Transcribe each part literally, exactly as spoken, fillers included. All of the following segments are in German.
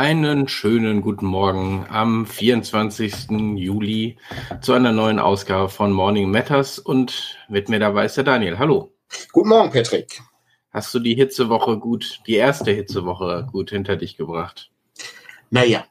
Einen schönen guten Morgen am vierundzwanzigsten Juli zu einer neuen Ausgabe von Morning Matters und mit mir dabei ist der Daniel. Hallo. Guten Morgen, Patrick. Hast du die Hitzewoche gut, die erste Hitzewoche gut hinter dich gebracht? Naja.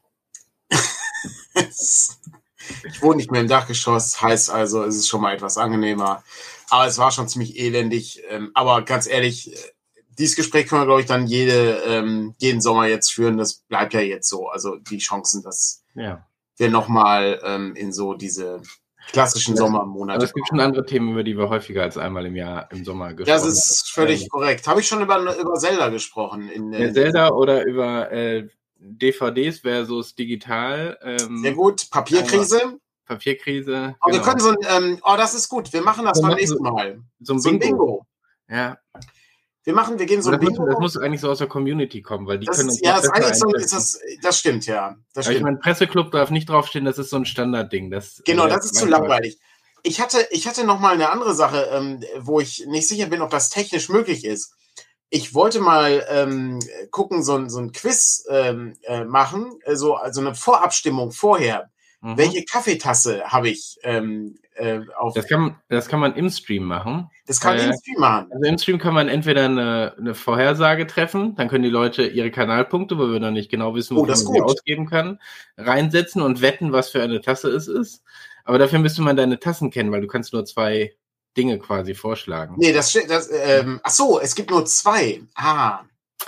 Ich wohne nicht mehr im Dachgeschoss, heißt also, es ist schon mal etwas angenehmer. Aber es war schon ziemlich elendig. Aber ganz ehrlich, dieses Gespräch können wir, glaube ich, dann jede, ähm, jeden Sommer jetzt führen. Das bleibt ja jetzt so. Also die Chancen, dass ja. wir nochmal ähm, in so diese klassischen ja. Sommermonate Aber es gibt schon andere Themen, über die wir häufiger als einmal im Jahr im Sommer gesprochen haben. Das ist völlig ähm, korrekt. Habe ich schon über, über Zelda gesprochen? In, in Zelda oder über äh, D V Ds versus digital. Ähm, Sehr gut. Papierkrise. Papierkrise. Oh, genau. Wir können so ein, ähm, oh, das ist gut. Wir machen das wir beim machen nächsten Mal. So ein, so ein Bingo. Bingo. Ja. Wir machen, wir gehen so ein Bingo. Muss, das muss eigentlich so aus der Community kommen, weil die das können ist, Ja, das, eigentlich so, ist das, das stimmt, ja. Das stimmt. Ich meine, Presseclub darf nicht draufstehen, das ist so ein Standardding. Das, genau, äh, das ist zu langweilig. Ich hatte, ich hatte noch mal eine andere Sache, ähm, wo ich nicht sicher bin, ob das technisch möglich ist. Ich wollte mal ähm, gucken, so ein, so ein Quiz ähm, äh, machen, also, also eine Vorabstimmung vorher. Mhm. Welche Kaffeetasse habe ich ähm, äh, auf... Das kann, man, das kann man im Stream machen. Das kann man äh, im Stream machen. Also im Stream kann man entweder eine, eine Vorhersage treffen, dann können die Leute ihre Kanalpunkte, wo wir noch nicht genau wissen, wofür oh, man sie ausgeben kann, reinsetzen und wetten, was für eine Tasse es ist. Aber dafür müsste man deine Tassen kennen, weil du kannst nur zwei Dinge quasi vorschlagen. Nee, das steht... Das, ähm, ach so, es gibt nur zwei. Ah.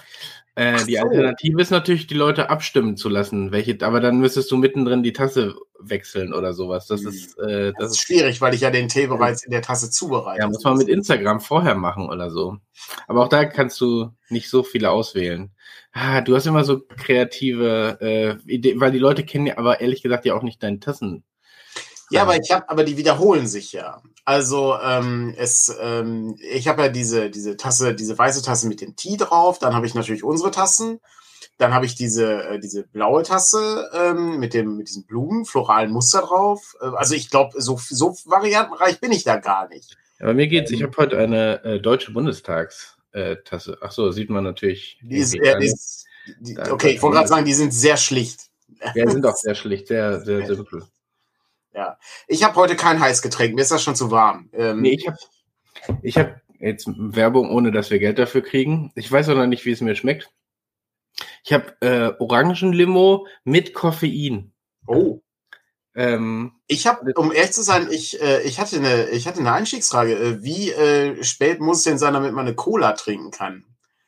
Äh, die so. Alternative ist natürlich, die Leute abstimmen zu lassen, welche, aber dann müsstest du mittendrin die Tasse wechseln oder sowas. Das ist, äh, das, das ist schwierig, weil ich ja den Tee bereits in der Tasse zubereite. Ja, muss man mit Instagram vorher machen oder so. Aber auch da kannst du nicht so viele auswählen. Ah, du hast immer so kreative äh, Ideen, weil die Leute kennen ja aber ehrlich gesagt ja auch nicht deine Tassen. Ja, aber ich habe, aber die wiederholen sich ja. Also ähm, es, ähm, ich habe ja diese diese Tasse, diese weiße Tasse mit dem Tee drauf. Dann habe ich natürlich unsere Tassen. Dann habe ich diese äh, diese blaue Tasse ähm, mit dem mit diesem Blumen floralen Muster drauf. Äh, also ich glaube, so so variantenreich bin ich da gar nicht. Aber mir geht's. Ich habe heute eine äh, deutsche Bundestagstasse. Äh, Ach so, sieht man natürlich. Die ist, äh, die ist, die, okay, ich wollte gerade sagen, die sind sehr schlicht. Ja, die sind auch sehr schlicht, sehr sehr simpel. Ja, ich habe heute kein Heißgetränk, mir ist das schon zu warm. Ähm, nee, ich habe ich hab jetzt Werbung, ohne dass wir Geld dafür kriegen. Ich weiß auch noch nicht, wie es mir schmeckt. Ich habe äh, Orangenlimo mit Koffein. Oh. Ähm, ich habe, um ehrlich zu sein, ich, äh, ich, hatte eine, ich hatte eine Einstiegsfrage. Äh, wie äh, spät muss es denn sein, damit man eine Cola trinken kann?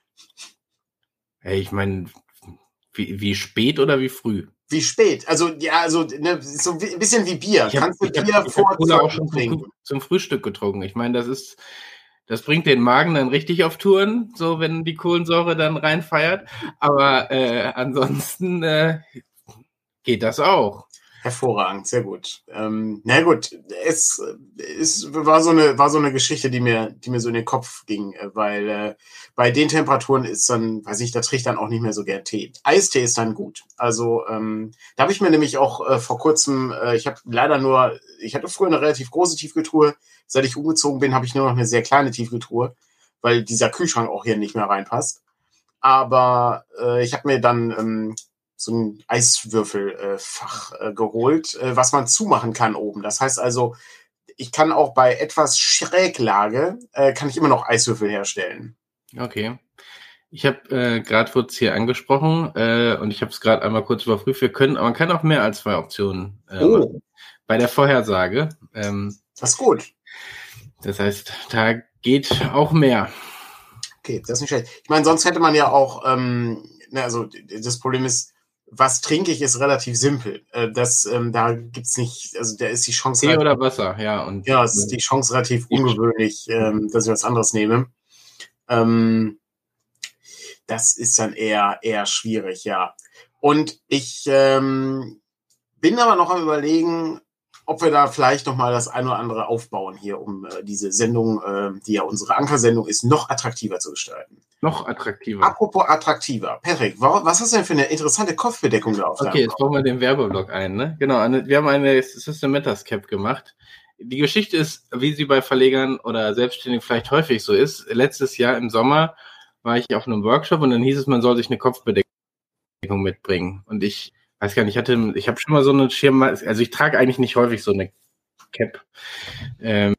Hey, ich meine, wie, wie spät oder wie früh? Wie spät? Also, ja, also ne, so ein bisschen wie Bier. Ich hab, Kannst du ich Bier hab, vor ich Cola auch schon zum, zum Frühstück getrunken. Ich meine, das ist, das bringt den Magen dann richtig auf Touren, so wenn die Kohlensäure dann reinfeiert. Aber äh, ansonsten äh, geht das auch. Hervorragend, sehr gut. Ähm, na gut, es, es war so eine war so eine Geschichte, die mir die mir so in den Kopf ging, weil äh, bei den Temperaturen ist dann, weiß ich, da trinke ich dann auch nicht mehr so gern Tee. Eistee ist dann gut. Also ähm, da habe ich mir nämlich auch äh, vor kurzem, äh, ich habe leider nur, ich hatte früher eine relativ große Tiefkühltruhe. Seit ich umgezogen bin, habe ich nur noch eine sehr kleine Tiefkühltruhe, weil dieser Kühlschrank auch hier nicht mehr reinpasst. Aber äh, ich habe mir dann ähm, so ein Eiswürfelfach äh, äh, geholt, äh, was man zumachen kann oben. Das heißt also, ich kann auch bei etwas Schräglage, äh, kann ich immer noch Eiswürfel herstellen. Okay. Ich habe äh, gerade kurz hier angesprochen äh, und ich habe es gerade einmal kurz überprüft. Wir können, man kann auch mehr als zwei Optionen äh, oh. machen. Bei der Vorhersage. Ähm, das ist gut. Das heißt, da geht auch mehr. Okay, das ist nicht schlecht. Ich meine, sonst hätte man ja auch, ähm, ne, also das Problem ist, was trinke ich, ist relativ simpel. Äh, das, ähm, da gibt's nicht, also da ist die Chance... Tee oder Wasser, ja. Und ja, es ist die Chance relativ ungewöhnlich, ähm, dass ich was anderes nehme. Ähm, das ist dann eher, eher schwierig, ja. Und ich ähm, bin aber noch am Überlegen, ob wir da vielleicht noch mal das ein oder andere aufbauen hier, um äh, diese Sendung, äh, die ja unsere Ankersendung ist, noch attraktiver zu gestalten. Noch attraktiver. Apropos attraktiver. Patrick, was hast du denn für eine interessante Kopfbedeckung da auf? Okay, jetzt brauchen wir den Werbeblock ein, ne? Genau, eine, wir haben eine System Matters Cap gemacht. Die Geschichte ist, wie sie bei Verlegern oder Selbstständigen vielleicht häufig so ist. Letztes Jahr im Sommer war ich auf einem Workshop und dann hieß es, man soll sich eine Kopfbedeckung mitbringen. Und ich weiß gar nicht, ich hatte, ich habe schon mal so eine Schirm, also ich trage eigentlich nicht häufig so eine Cap, ähm,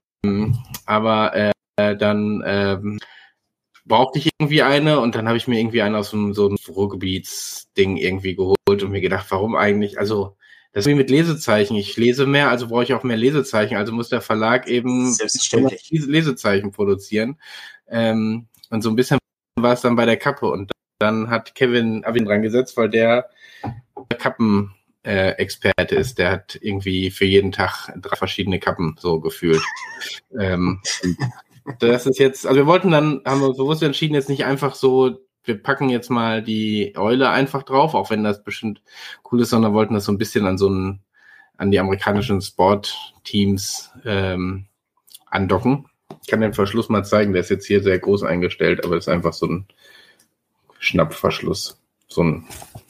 aber äh, dann ähm, brauchte ich irgendwie eine und dann habe ich mir irgendwie eine aus so, so einem Ruhrgebietsding irgendwie geholt und mir gedacht, warum eigentlich, also das ist wie mit Lesezeichen, ich lese mehr, also brauche ich auch mehr Lesezeichen, also muss der Verlag eben Selbstverständlich diese Lesezeichen produzieren. Ähm, und so ein bisschen war es dann bei der Kappe und dann hat Kevin Avin dran gesetzt, weil der Kappen äh, Experte ist, der hat irgendwie für jeden Tag drei verschiedene Kappen so gefühlt. ähm, das ist jetzt, also wir wollten dann, haben wir uns bewusst entschieden, jetzt nicht einfach so, wir packen jetzt mal die Eule einfach drauf, auch wenn das bestimmt cool ist, sondern wollten das so ein bisschen an so einen, an die amerikanischen Sportteams ähm, andocken. Ich kann den Verschluss mal zeigen, der ist jetzt hier sehr groß eingestellt, aber das ist einfach so ein Schnappverschluss. So ein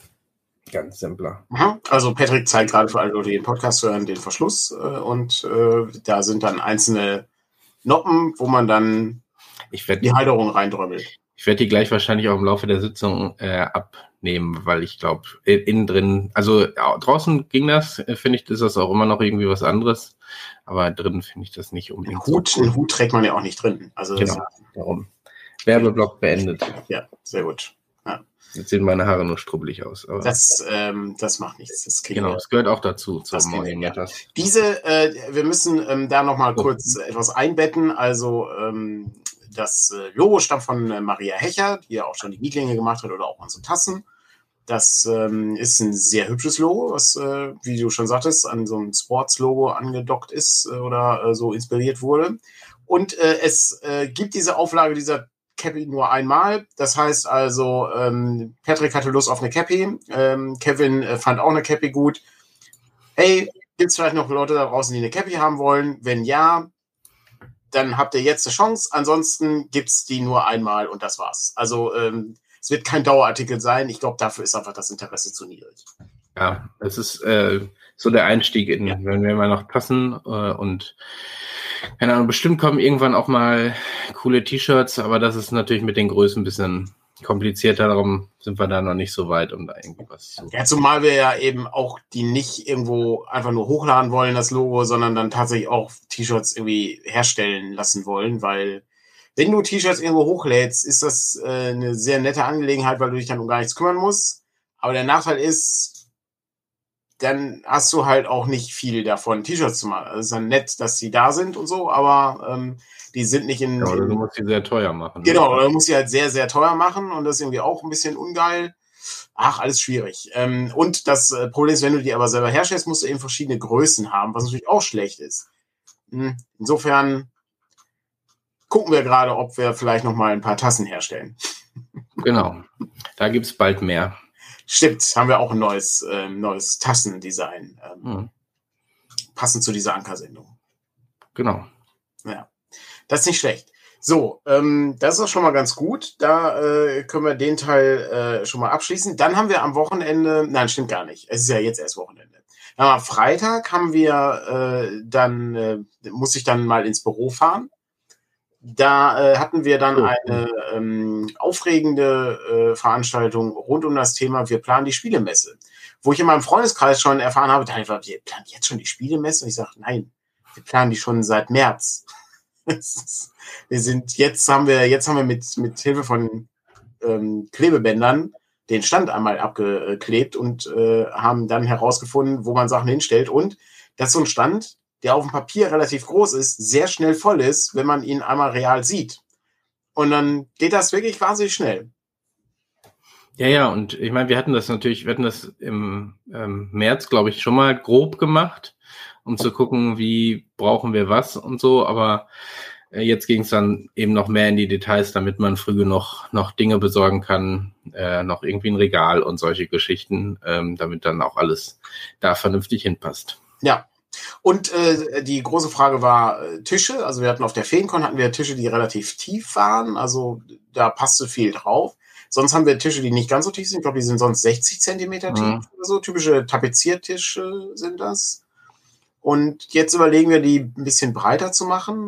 ganz simpler. Also Patrick zeigt gerade für alle Leute, die den Podcast hören, den Verschluss äh, und äh, da sind dann einzelne Noppen, wo man dann ich werd, die Halterung reindrömmelt. Ich werde die gleich wahrscheinlich auch im Laufe der Sitzung äh, abnehmen, weil ich glaube, innen drin, also ja, draußen ging das, äh, finde ich, ist das auch immer noch irgendwie was anderes, aber drin finde ich das nicht unbedingt. Ein Hut, so cool. Einen Hut trägt man ja auch nicht drin. Also genau, darum. Werbeblock beendet. Ja, sehr gut. Ja. Jetzt sehen meine Haare nur strubbelig aus. Aber das, ähm, das macht nichts. Das genau, das gehört auch dazu. Zur ja. Diese, äh, wir müssen ähm, da nochmal oh. kurz etwas einbetten. Also ähm, das äh, Logo stammt von äh, Maria Hecher, die ja auch schon die Mietlinge gemacht hat oder auch unsere Tassen. Das ähm, ist ein sehr hübsches Logo, was, äh, wie du schon sagtest, an so ein Sports-Logo angedockt ist äh, oder äh, so inspiriert wurde. Und äh, es äh, gibt diese Auflage dieser Cappy nur einmal. Das heißt also, ähm, Patrick hatte Lust auf eine Cappy. Ähm, Kevin äh, fand auch eine Cappy gut. Hey, gibt es vielleicht noch Leute da draußen, die eine Cappy haben wollen? Wenn ja, dann habt ihr jetzt eine Chance. Ansonsten gibt es die nur einmal und das war's. Also ähm, es wird kein Dauerartikel sein. Ich glaube, dafür ist einfach das Interesse zu niedrig. Ja, es ist äh, so der Einstieg in, ja. wenn wir mal noch passen äh, und keine Ahnung, bestimmt kommen irgendwann auch mal coole T-Shirts, aber das ist natürlich mit den Größen ein bisschen komplizierter, darum sind wir da noch nicht so weit, um da irgendwie was zu... Ja, zumal wir ja eben auch die nicht irgendwo einfach nur hochladen wollen, das Logo, sondern dann tatsächlich auch T-Shirts irgendwie herstellen lassen wollen, weil wenn du T-Shirts irgendwo hochlädst, ist das äh, eine sehr nette Angelegenheit, weil du dich dann um gar nichts kümmern musst. Aber der Nachteil ist, dann hast du halt auch nicht viel davon, T-Shirts zu machen. Also es ist dann nett, dass sie da sind und so, aber ähm, die sind nicht in... Ja, oder in, du musst die sehr teuer machen. Genau, oder du musst die halt sehr, sehr teuer machen und das ist irgendwie auch ein bisschen ungeil. Ach, alles schwierig. Ähm, und das äh, Problem ist, wenn du die aber selber herstellst, musst du eben verschiedene Größen haben, was natürlich auch schlecht ist. Hm, insofern gucken wir gerade, ob wir vielleicht noch mal ein paar Tassen herstellen. Genau, da gibt es bald mehr. Stimmt, haben wir auch ein neues, äh, neues Tassendesign. Ähm, hm. Passend zu dieser Ankersendung. Genau. Ja, das ist nicht schlecht. So, ähm, das ist auch schon mal ganz gut. Da äh, können wir den Teil äh, schon mal abschließen. Dann haben wir am Wochenende, nein, stimmt gar nicht. Es ist ja jetzt erst Wochenende. Am Freitag haben wir äh, dann, äh, muss ich dann mal ins Büro fahren. Da äh, hatten wir dann eine ähm, aufregende äh, Veranstaltung rund um das Thema Wir planen die Spielemesse. Wo ich in meinem Freundeskreis schon erfahren habe, da ich war, wir planen jetzt schon die Spielemesse? Und ich sage, nein, wir planen die schon seit März. Wir sind, jetzt haben wir, jetzt haben wir mit, mit Hilfe von ähm, Klebebändern den Stand einmal abgeklebt und äh, haben dann herausgefunden, wo man Sachen hinstellt. Und das ist so ein Stand, der auf dem Papier relativ groß ist, sehr schnell voll ist, wenn man ihn einmal real sieht. Und dann geht das wirklich wahnsinnig schnell. Ja, ja, und ich meine, wir hatten das natürlich, wir hatten das im ähm, März, glaube ich, schon mal grob gemacht, um zu gucken, wie brauchen wir was und so, aber äh, jetzt ging es dann eben noch mehr in die Details, damit man früh genug noch Dinge besorgen kann, äh, noch irgendwie ein Regal und solche Geschichten, ähm, damit dann auch alles da vernünftig hinpasst. Ja. Und äh, die große Frage war äh, Tische. Also wir hatten auf der Feencon hatten wir Tische, die relativ tief waren. Also da passte viel drauf. Sonst haben wir Tische, die nicht ganz so tief sind. Ich glaube, die sind sonst sechzig Zentimeter tief Mhm. oder so. Typische Tapeziertische sind das. Und jetzt überlegen wir, die ein bisschen breiter zu machen.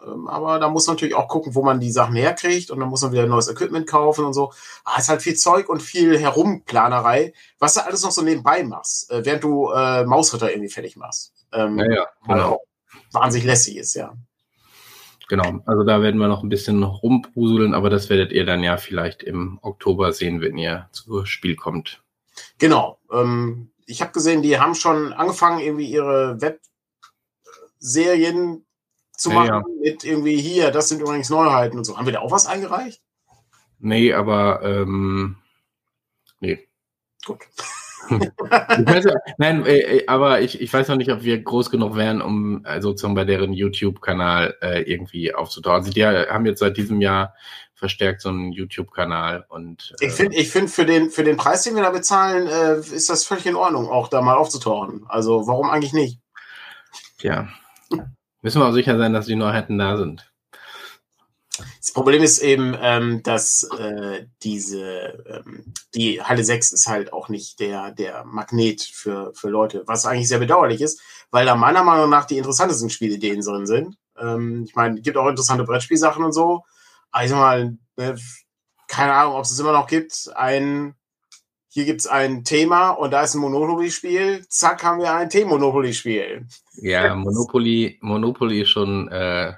Ähm, aber da muss man natürlich auch gucken, wo man die Sachen herkriegt und dann muss man wieder neues Equipment kaufen und so. Ah, ist halt viel Zeug und viel Herumplanerei, was du alles noch so nebenbei machst, äh, während du äh, Mausritter irgendwie fertig machst. Ähm, Ja, ja, weil genau. auch wahnsinnig lässig ist, ja. Genau, also da werden wir noch ein bisschen rumbruseln, aber das werdet ihr dann ja vielleicht im Oktober sehen, wenn ihr zum Spiel kommt. Genau. Ähm, ich habe gesehen, die haben schon angefangen, irgendwie ihre Webserien zu Ja, machen ja. mit irgendwie hier, das sind übrigens Neuheiten und so. Haben wir da auch was eingereicht? Nee, aber ähm, nee. Gut. Ich weiß ja, nein, äh, aber ich, ich weiß noch nicht, ob wir groß genug wären, um äh, sozusagen bei deren YouTube-Kanal äh, irgendwie aufzutauchen. Also die haben jetzt seit diesem Jahr verstärkt so einen YouTube-Kanal und äh, Ich finde, ich finde für den für den Preis, den wir da bezahlen, äh, ist das völlig in Ordnung, auch da mal aufzutauchen. Also warum eigentlich nicht? ja, müssen wir auch sicher sein, dass die Neuheiten da sind. Das Problem ist eben, ähm, dass äh, diese ähm, die Halle sechs ist halt auch nicht der der Magnet für für Leute, was eigentlich sehr bedauerlich ist, weil da meiner Meinung nach die interessantesten Spielideen drin sind. Ähm, ich meine, es gibt auch interessante Brettspielsachen und so. Aber ich sag mal, ne, keine Ahnung, ob es es immer noch gibt. Ein hier gibt's ein Thema und da ist ein Monopoly-Spiel. Zack, haben wir ein Themen-Monopoly-Spiel. Ja, Monopoly, Monopoly ist schon äh,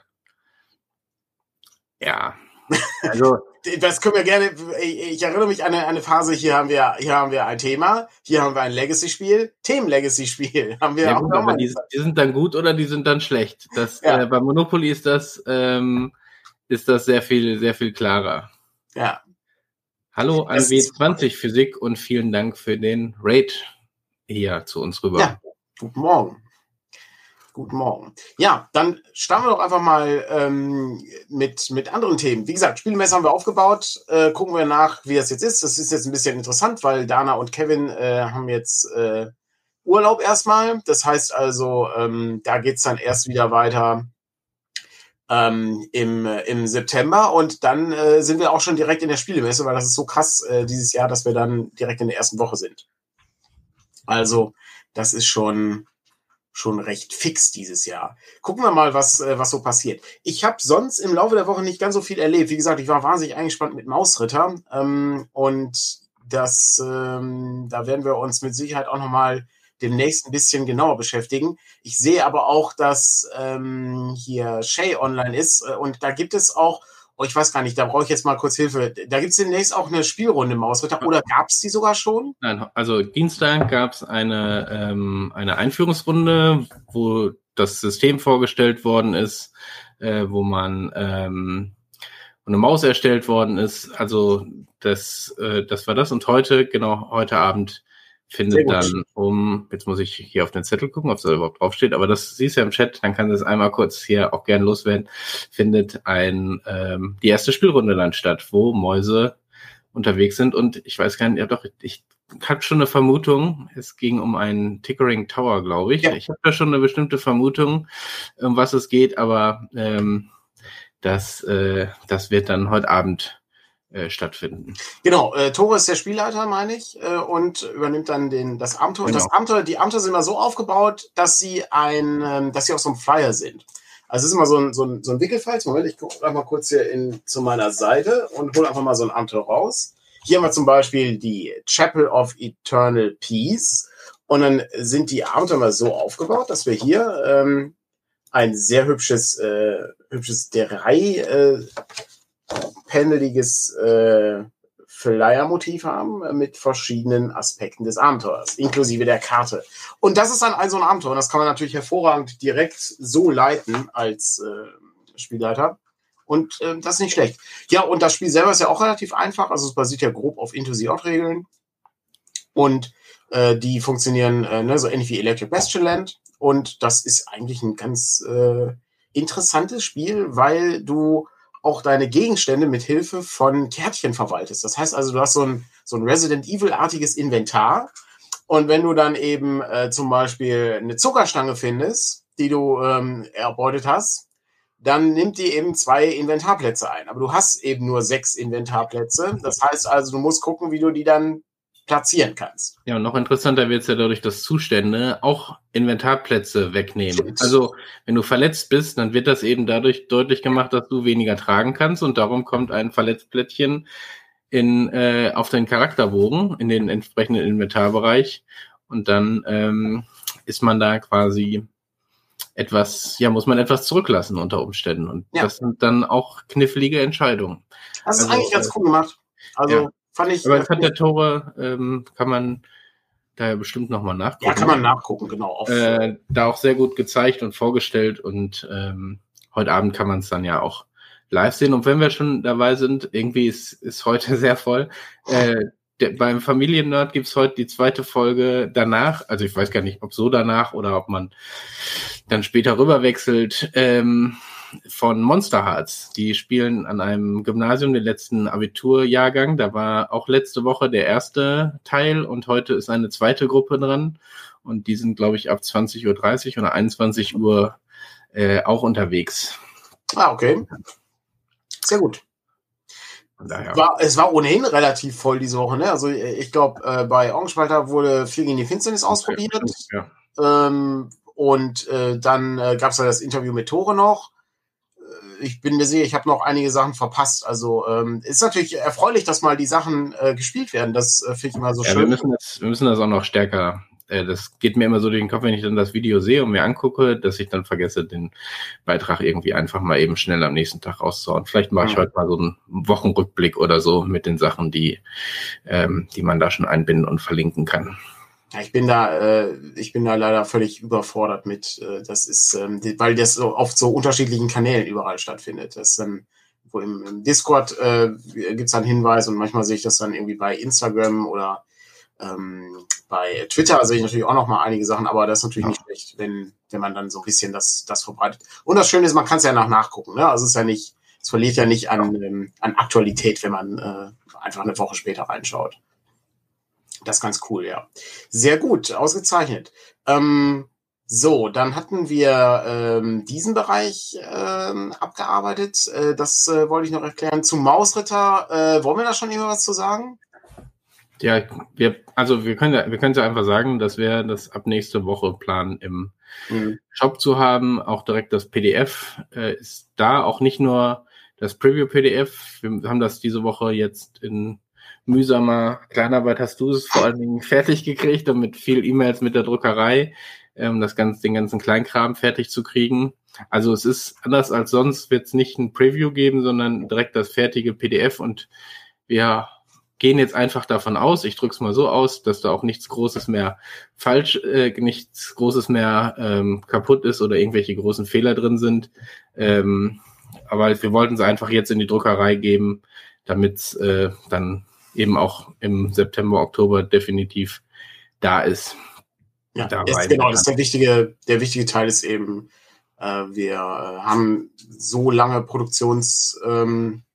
ja. Also Das können wir gerne. Ich erinnere mich an eine, eine Phase. Hier haben wir, hier haben wir ein Thema. Hier haben wir ein Legacy-Spiel. Themen-Legacy-Spiel haben wir ja auch gut, noch aber mal. die, die sind dann gut oder die sind dann schlecht. Das Ja. äh, bei Monopoly ist das ähm, ist das sehr viel sehr viel klarer. Ja. Hallo an Das W ist- zwanzig Physik und vielen Dank für den Raid hier zu uns rüber. Ja. Guten Morgen. Guten Morgen. Ja, dann starten wir doch einfach mal ähm, mit, mit anderen Themen. Wie gesagt, Spielmesse haben wir aufgebaut. Äh, gucken wir nach, wie das jetzt ist. Das ist jetzt ein bisschen interessant, weil Dana und Kevin äh, haben jetzt äh, Urlaub erstmal. Das heißt also, ähm, da geht's dann erst wieder weiter ähm, im, im September. Und dann äh, sind wir auch schon direkt in der Spielemesse, weil das ist so krass äh, dieses Jahr, dass wir dann direkt in der ersten Woche sind. Also, das ist schon... schon recht fix dieses Jahr. Gucken wir mal, was, äh, was so passiert. Ich habe sonst im Laufe der Woche nicht ganz so viel erlebt. Wie gesagt, ich war wahnsinnig eingespannt mit Mausritter. Ähm, und das, ähm, da werden wir uns mit Sicherheit auch nochmal demnächst ein bisschen genauer beschäftigen. Ich sehe aber auch, dass ähm, hier Shay online ist. Äh, und da gibt es auch, oh, ich weiß gar nicht, da brauche ich jetzt mal kurz Hilfe. Da gibt es demnächst auch eine Spielrunde Mausritter. Oder gab es die sogar schon? Nein, also Dienstag gab es eine, ähm, eine Einführungsrunde, wo das System vorgestellt worden ist, äh, wo man ähm, eine Maus erstellt worden ist. Also das, äh, das war das. Und heute, genau, heute Abend findet dann um, jetzt muss ich hier auf den Zettel gucken, ob es da überhaupt draufsteht, aber das siehst du ja im Chat, dann kann das einmal kurz hier auch gern loswerden, findet ein ähm, die erste Spielrunde dann statt, wo Mäuse unterwegs sind und ich weiß gar nicht, ja doch, ich habe schon eine Vermutung, es ging um einen Tickering Tower, glaube ich. Ja. Ich habe da schon eine bestimmte Vermutung, um was es geht, aber ähm, das, äh, das wird dann heute Abend äh, stattfinden. Genau, äh, Tore ist der Spielleiter, meine ich, äh, und übernimmt dann den, das Abenteuer. Genau. Und das Abenteuer, die Abenteuer sind immer so aufgebaut, dass sie ein, ähm, dass sie auf so einem Flyer sind. Also es ist immer so ein, so ein, so ein Wickelfalz. Moment, ich gucke einfach kurz hier in, zu meiner Seite und hole einfach mal so ein Abenteuer raus. Hier haben wir zum Beispiel die Chapel of Eternal Peace. Und dann sind die Abenteuer mal so aufgebaut, dass wir hier ähm, ein sehr hübsches, äh, hübsches drei äh, pendeliges äh, Flyer-Motiv haben mit verschiedenen Aspekten des Abenteuers, inklusive der Karte. Und das ist dann also ein Abenteuer. Und das kann man natürlich hervorragend direkt so leiten als äh, Spielleiter. Und äh, das ist nicht schlecht. Ja, und das Spiel selber ist ja auch relativ einfach. Also es basiert ja grob auf Into the Odd-Regeln. Und äh, die funktionieren äh, ne, so ähnlich wie Electric Bastion Land. Und das ist eigentlich ein ganz äh, interessantes Spiel, weil du auch deine Gegenstände mit Hilfe von Kärtchen verwaltest. Das heißt also, du hast so ein, so ein Resident Evil-artiges Inventar. Und wenn du dann eben äh, zum Beispiel eine Zuckerstange findest, die du ähm, erbeutet hast, dann nimmt die eben zwei Inventarplätze ein. Aber du hast eben nur sechs Inventarplätze. Das heißt also, du musst gucken, wie du die dann platzieren kannst. Ja, und noch interessanter wird es ja dadurch, dass Zustände auch Inventarplätze wegnehmen. Stimmt. Also, wenn du verletzt bist, dann wird das eben dadurch deutlich gemacht, dass du weniger tragen kannst und darum kommt ein Verletzplättchen in, äh, auf den Charakterbogen, in den entsprechenden Inventarbereich und dann ähm, ist man da quasi etwas, ja, muss man etwas zurücklassen unter Umständen und Ja. das sind dann auch knifflige Entscheidungen. Das ist Also, eigentlich ganz äh, cool gemacht. Also ja. fand ich. Aber äh, das hat der Tore, ähm, kann man da ja bestimmt nochmal nachgucken. Ja, kann man nachgucken, genau. Auf, Äh, da auch sehr gut gezeigt und vorgestellt und ähm, heute Abend kann man es dann ja auch live sehen. Und wenn wir schon dabei sind, irgendwie ist, ist heute sehr voll. Äh, der, beim Familiennerd gibt's heute die zweite Folge danach. Also ich weiß gar nicht, ob so danach oder ob man dann später rüberwechselt. Ähm, von Monster Hearts. Die spielen an einem Gymnasium den letzten Abiturjahrgang. Da war auch letzte Woche der erste Teil und heute ist eine zweite Gruppe dran. Und die sind, glaube ich, ab zwanzig Uhr dreißig oder einundzwanzig Uhr äh, auch unterwegs. Ah, okay. Sehr gut. Von daher. War, es war ohnehin relativ voll diese Woche, ne? Also ich glaube, äh, bei Augenspalter wurde viel gegen die Finsternis ausprobiert. Ja. Ähm, und äh, dann äh, gab es ja das Interview mit Tore noch. Ich bin mir sicher, ich habe noch einige Sachen verpasst. Also ähm, ist natürlich erfreulich, dass mal die Sachen äh, gespielt werden. Das äh, finde ich immer so Ja, schön. wir müssen das, wir müssen das auch noch stärker. Äh, das geht mir immer so durch den Kopf, wenn ich dann das Video sehe und mir angucke, dass ich dann vergesse, den Beitrag irgendwie einfach mal eben schnell am nächsten Tag rauszuhauen. Vielleicht mache ich Mhm. heute mal so einen Wochenrückblick oder so mit den Sachen, die, ähm, die man da schon einbinden und verlinken kann. Ja, ich bin da, äh, ich bin da leider völlig überfordert mit. Äh, das ist, ähm, die, weil das so oft so unterschiedlichen Kanälen überall stattfindet. Das ähm, wo im, im Discord äh, gibt's dann Hinweise und manchmal sehe ich das dann irgendwie bei Instagram oder ähm, bei Twitter sehe ich natürlich auch noch mal einige Sachen, aber das ist natürlich Ja. nicht schlecht, wenn wenn man dann so ein bisschen das das verbreitet. Und das Schöne ist, man kann es ja nach nachgucken. Ne? Also es ist ja nicht, es verliert ja nicht an ähm, an Aktualität, wenn man äh, einfach eine Woche später reinschaut. Das ist ganz cool, ja. Sehr gut, ausgezeichnet. Ähm, so, dann hatten wir ähm, diesen Bereich ähm, abgearbeitet. Äh, das äh, wollte ich noch erklären. Zum Mausritter, äh, wollen wir da schon irgendwas zu sagen? Ja, wir, also wir können ja, wir können ja einfach sagen, dass wir das ab nächste Woche planen, im Mhm. Shop zu haben. Auch direkt das P D F äh, ist da, auch nicht nur das Preview-P D F. Wir haben das diese Woche jetzt in mühsamer Kleinarbeit, hast du es vor allen Dingen fertig gekriegt und mit viel E-Mails mit der Druckerei, ähm, das ganze, den ganzen Kleinkram fertig zu kriegen. Also es ist anders als sonst, wird es nicht ein Preview geben, sondern direkt das fertige P D F und wir gehen jetzt einfach davon aus, ich drücke es mal so aus, dass da auch nichts Großes mehr falsch, äh, nichts Großes mehr ähm, kaputt ist oder irgendwelche großen Fehler drin sind. Ähm, aber wir wollten es einfach jetzt in die Druckerei geben, damit es äh, dann eben auch im September, Oktober definitiv da ist. Ja, Da ist, rein genau, kann. das ist der wichtige, der wichtige Teil ist eben, äh, wir äh, haben so lange Produktionszeiten, ähm,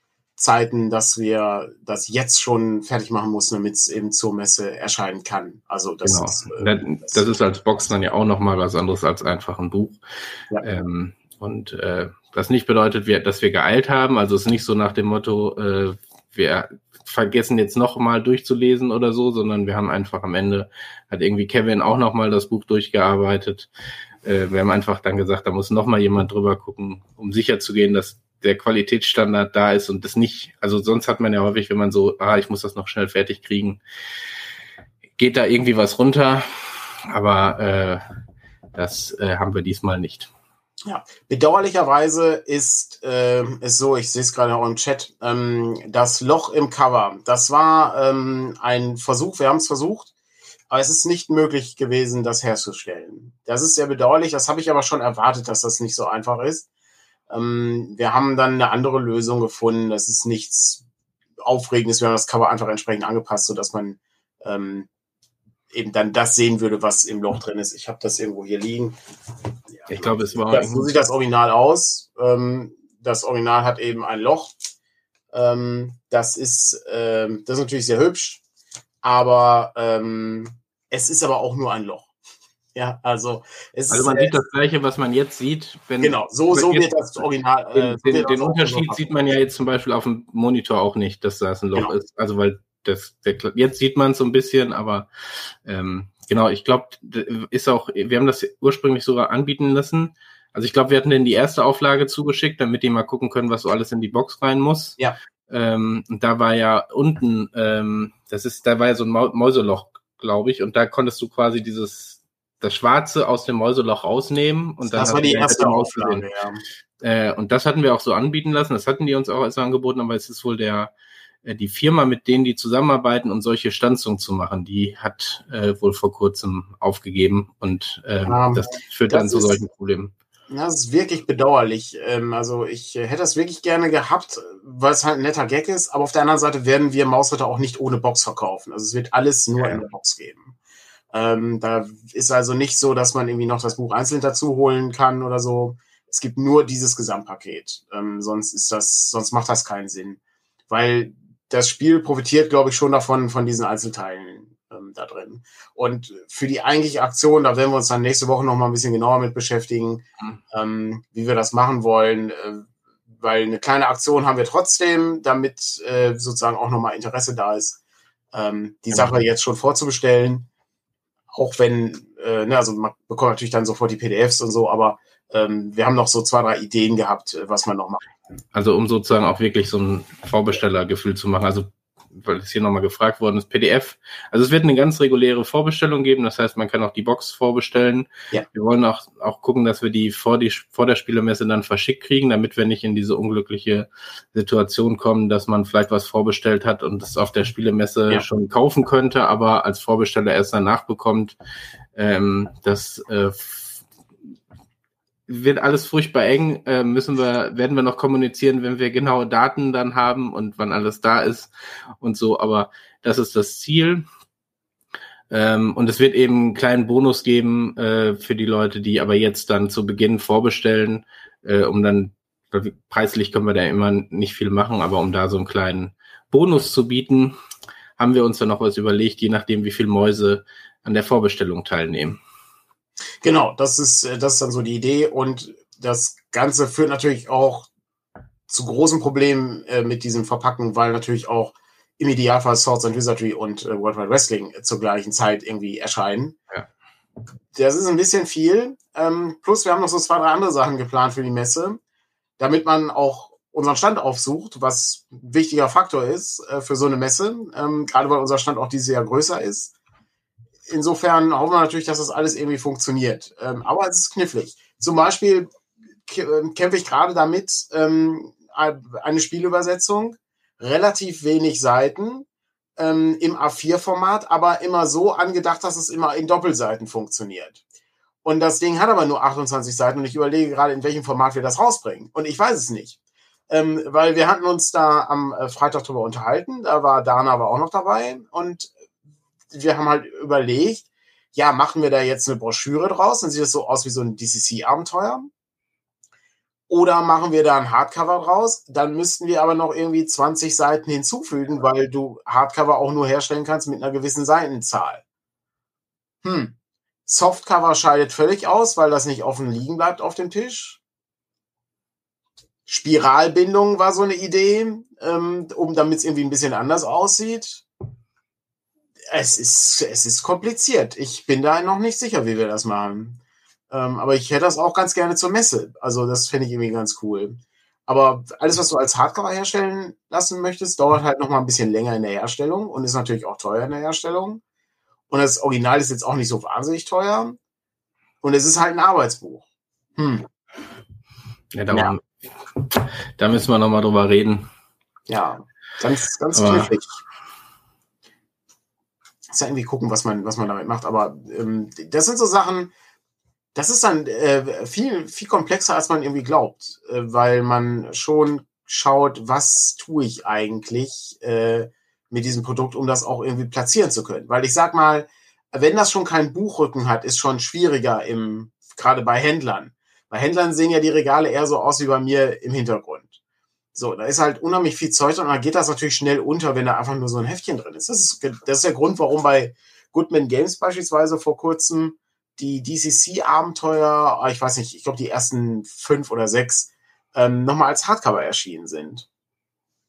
Zeiten, dass wir das jetzt schon fertig machen mussten, damit es eben zur Messe erscheinen kann. Also das Genau. ist äh, Das, das ist als Box dann ja auch nochmal was anderes als einfach ein Buch. Ja. Ähm, und äh, das nicht bedeutet, wir, dass wir geeilt haben. Also es ist nicht so nach dem Motto, äh, wir vergessen jetzt nochmal durchzulesen oder so, sondern wir haben einfach am Ende, hat irgendwie Kevin auch nochmal das Buch durchgearbeitet. Äh, wir haben einfach dann gesagt, da muss nochmal jemand drüber gucken, um sicher zu gehen, dass der Qualitätsstandard da ist und das nicht, also sonst hat man ja häufig, wenn man so, ah, ich muss das noch schnell fertig kriegen, geht da irgendwie was runter, aber äh, das äh, haben wir diesmal nicht. Ja, bedauerlicherweise ist äh, es so, ich sehe es gerade auch im Chat, ähm, das Loch im Cover, das war ähm, ein Versuch, wir haben es versucht, aber es ist nicht möglich gewesen, das herzustellen. Das ist sehr bedauerlich, das habe ich aber schon erwartet, dass das nicht so einfach ist. Ähm, wir haben dann eine andere Lösung gefunden, das ist nichts Aufregendes, wir haben das Cover einfach entsprechend angepasst, sodass man ähm, eben dann das sehen würde, was im Loch drin ist. Ich habe das irgendwo hier liegen. Ja, Ich glaube, es war... das, so sieht das Original aus. Ähm, das Original hat eben ein Loch. Ähm, das ist ähm, das ist natürlich sehr hübsch, aber ähm, es ist aber auch nur ein Loch. Ja, also es Also man ist, sieht das Gleiche, was man jetzt sieht. Wenn, genau, so, so wenn wird das Original. Äh, Den, so den, wird den das Unterschied auch sieht man ja jetzt zum Beispiel auf dem Monitor auch nicht, dass da ein Loch Genau. ist. Also weil das, der, jetzt sieht man es so ein bisschen, aber ähm, genau, ich glaube, ist auch, wir haben das ursprünglich sogar anbieten lassen. Also ich glaube, wir hatten denen die erste Auflage zugeschickt, damit die mal gucken können, was so alles in die Box rein muss. Ja. Ähm, und da war ja unten, ähm, das ist, da war ja so ein Mau- Mäuseloch, glaube ich, und da konntest du quasi dieses, das Schwarze aus dem Mäuseloch rausnehmen und dann Das hast war du die hinter erste die Maus gesehen. Auflage, ja. Äh, und das hatten wir auch so anbieten lassen, das hatten die uns auch als angeboten, aber es ist wohl der, äh, die Firma, mit denen die zusammenarbeiten, um solche Stanzungen zu machen, die hat äh, wohl vor kurzem aufgegeben und äh, Ähm, das führt das dann zu ist- solchen Problemen. Das ist wirklich bedauerlich. Ähm, also ich äh, hätte das wirklich gerne gehabt, weil es halt ein netter Gag ist, aber auf der anderen Seite werden wir Mausritter auch nicht ohne Box verkaufen. Also es wird alles nur Ja. in der Box geben. Ähm, da ist also nicht so, dass man irgendwie noch das Buch einzeln dazu holen kann oder so. Es gibt nur dieses Gesamtpaket. Ähm, sonst ist das, sonst macht das keinen Sinn. Weil das Spiel profitiert, glaube ich, schon davon, von diesen Einzelteilen ähm, da drin. Und für die eigentliche Aktion, da werden wir uns dann nächste Woche noch mal ein bisschen genauer mit beschäftigen, Mhm. ähm, wie wir das machen wollen. Äh, weil eine kleine Aktion haben wir trotzdem, damit äh, sozusagen auch noch mal Interesse da ist, ähm, die Genau. Sache jetzt schon vorzubestellen. Auch wenn, äh, ne, also man bekommt natürlich dann sofort die P D Fs und so, aber ähm, wir haben noch so zwei, drei Ideen gehabt, äh, was man noch macht. Also um sozusagen auch wirklich so ein Vorbestellergefühl zu machen. Also weil es hier nochmal gefragt worden ist, P D F. Also es wird eine ganz reguläre Vorbestellung geben. Das heißt, man kann auch die Box vorbestellen. Ja. Wir wollen auch, auch gucken, dass wir die vor, die vor der Spielemesse dann verschickt kriegen, damit wir nicht in diese unglückliche Situation kommen, dass man vielleicht was vorbestellt hat und es auf der Spielemesse Ja. schon kaufen könnte, aber als Vorbesteller erst danach bekommt. Ähm, das äh, wird alles furchtbar eng, äh, müssen wir, werden wir noch kommunizieren, wenn wir genaue Daten dann haben und wann alles da ist und so, aber das ist das Ziel. Ähm, und es wird eben einen kleinen Bonus geben äh, für die Leute, die aber jetzt dann zu Beginn vorbestellen, äh, um dann, preislich können wir da immer nicht viel machen, aber um da so einen kleinen Bonus zu bieten, haben wir uns dann noch was überlegt, je nachdem, wie viele Mäuse an der Vorbestellung teilnehmen. Genau, das ist, das ist dann so die Idee und das Ganze führt natürlich auch zu großen Problemen äh, mit diesem Verpacken, weil natürlich auch im Idealfall Swords and Wizardry und äh, World Wide Wrestling zur gleichen Zeit irgendwie erscheinen. Ja. Das ist ein bisschen viel. Ähm, plus wir haben noch so zwei, drei andere Sachen geplant für die Messe, damit man auch unseren Stand aufsucht, was ein wichtiger Faktor ist äh, für so eine Messe, ähm, gerade weil unser Stand auch dieses Jahr größer ist. Insofern hoffen wir natürlich, dass das alles irgendwie funktioniert. Ähm, aber es ist knifflig. Zum Beispiel k- kämpfe ich gerade damit, ähm, eine Spielübersetzung, relativ wenig Seiten, ähm, im A vier Format, aber immer so angedacht, dass es immer in Doppelseiten funktioniert. Und das Ding hat aber nur achtundzwanzig Seiten und ich überlege gerade, in welchem Format wir das rausbringen. Und ich weiß es nicht. Ähm, weil wir hatten uns da am äh, Freitag drüber unterhalten, da war Dana aber auch noch dabei und wir haben halt überlegt, ja, machen wir da jetzt eine Broschüre draus, dann sieht das so aus wie so ein D C C-Abenteuer. Oder machen wir da ein Hardcover draus, dann müssten wir aber noch irgendwie zwanzig Seiten hinzufügen, weil du Hardcover auch nur herstellen kannst mit einer gewissen Seitenzahl. Hm. Softcover scheidet völlig aus, weil das nicht offen liegen bleibt auf dem Tisch. Spiralbindung war so eine Idee, ähm, um damit es irgendwie ein bisschen anders aussieht. Es ist, es ist kompliziert. Ich bin da noch nicht sicher, wie wir das machen. Ähm, aber ich hätte das auch ganz gerne zur Messe. Also das fände ich irgendwie ganz cool. Aber alles, was du als Hardcover herstellen lassen möchtest, dauert halt noch mal ein bisschen länger in der Herstellung und ist natürlich auch teuer in der Herstellung. Und das Original ist jetzt auch nicht so wahnsinnig teuer. Und es ist halt ein Arbeitsbuch. Hm. Ja, darum, ja. Da müssen wir noch mal drüber reden. Ja, ganz, ganz Aber knifflig. Ist ja irgendwie gucken, was man, was man damit macht. Aber ähm, das sind so Sachen, das ist dann äh, viel, viel komplexer, als man irgendwie glaubt. Äh, weil man schon schaut, was tue ich eigentlich äh, mit diesem Produkt, um das auch irgendwie platzieren zu können. Weil ich sag mal, wenn das schon keinen Buchrücken hat, ist schon schwieriger im, gerade bei Händlern. Bei Händlern sehen ja die Regale eher so aus wie bei mir im Hintergrund. So, da ist halt unheimlich viel Zeug drin und dann geht das natürlich schnell unter, wenn da einfach nur so ein Heftchen drin ist. Das ist, das ist der Grund, warum bei Goodman Games beispielsweise vor kurzem die D C C-Abenteuer, ich weiß nicht, ich glaube die ersten fünf oder sechs, ähm, nochmal als Hardcover erschienen sind.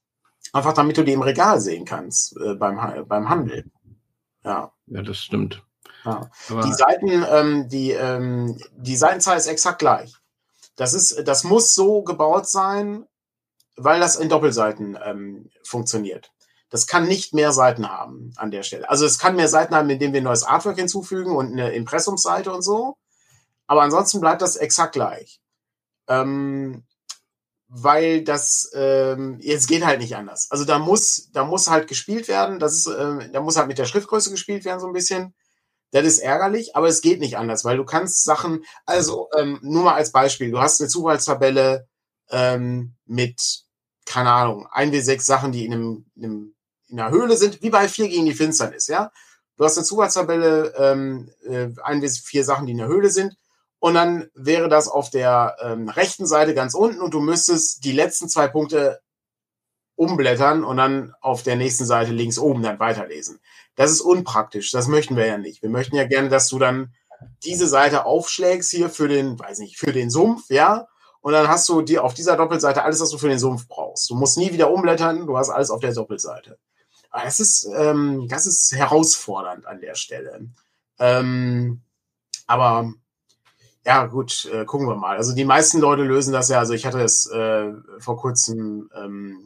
Einfach damit du die im Regal sehen kannst, äh, beim, beim Handel. Ja. Ja, das stimmt. Ja. Aber Die Seiten, ähm, die, ähm, die Seitenzahl ist exakt gleich. Das ist, das muss so gebaut sein, weil das in Doppelseiten ähm, funktioniert. Das kann nicht mehr Seiten haben an der Stelle. Also es kann mehr Seiten haben, indem wir ein neues Artwork hinzufügen und eine Impressumsseite und so. Aber ansonsten bleibt das exakt gleich. Ähm, weil das ähm, jetzt geht halt nicht anders. Also da muss, da muss halt gespielt werden. Das ist, ähm, da muss halt mit der Schriftgröße gespielt werden so ein bisschen. Das ist ärgerlich, aber es geht nicht anders, weil du kannst Sachen, also ähm, nur mal als Beispiel, du hast eine Zufallstabelle ähm, mit, keine Ahnung, ein bis sechs Sachen, die in, einem, in, einem, in einer Höhle sind, wie bei vier gegen die Finsternis, ja. Du hast eine Zufallstabelle, ähm, äh, ein bis vier Sachen, die in der Höhle sind, und dann wäre das auf der ähm, rechten Seite ganz unten und du müsstest die letzten zwei Punkte umblättern und dann auf der nächsten Seite links oben dann weiterlesen. Das ist unpraktisch, das möchten wir ja nicht. Wir möchten ja gerne, dass du dann diese Seite aufschlägst hier für den, weiß nicht, für den Sumpf, ja, und dann hast du dir auf dieser Doppelseite alles, was du für den Sumpf brauchst. Du musst nie wieder umblättern, du hast alles auf der Doppelseite. Aber das ist, ähm, das ist herausfordernd an der Stelle. Ähm, aber ja, gut, äh, gucken wir mal. Also die meisten Leute lösen das ja, also ich hatte es äh, vor kurzem ähm,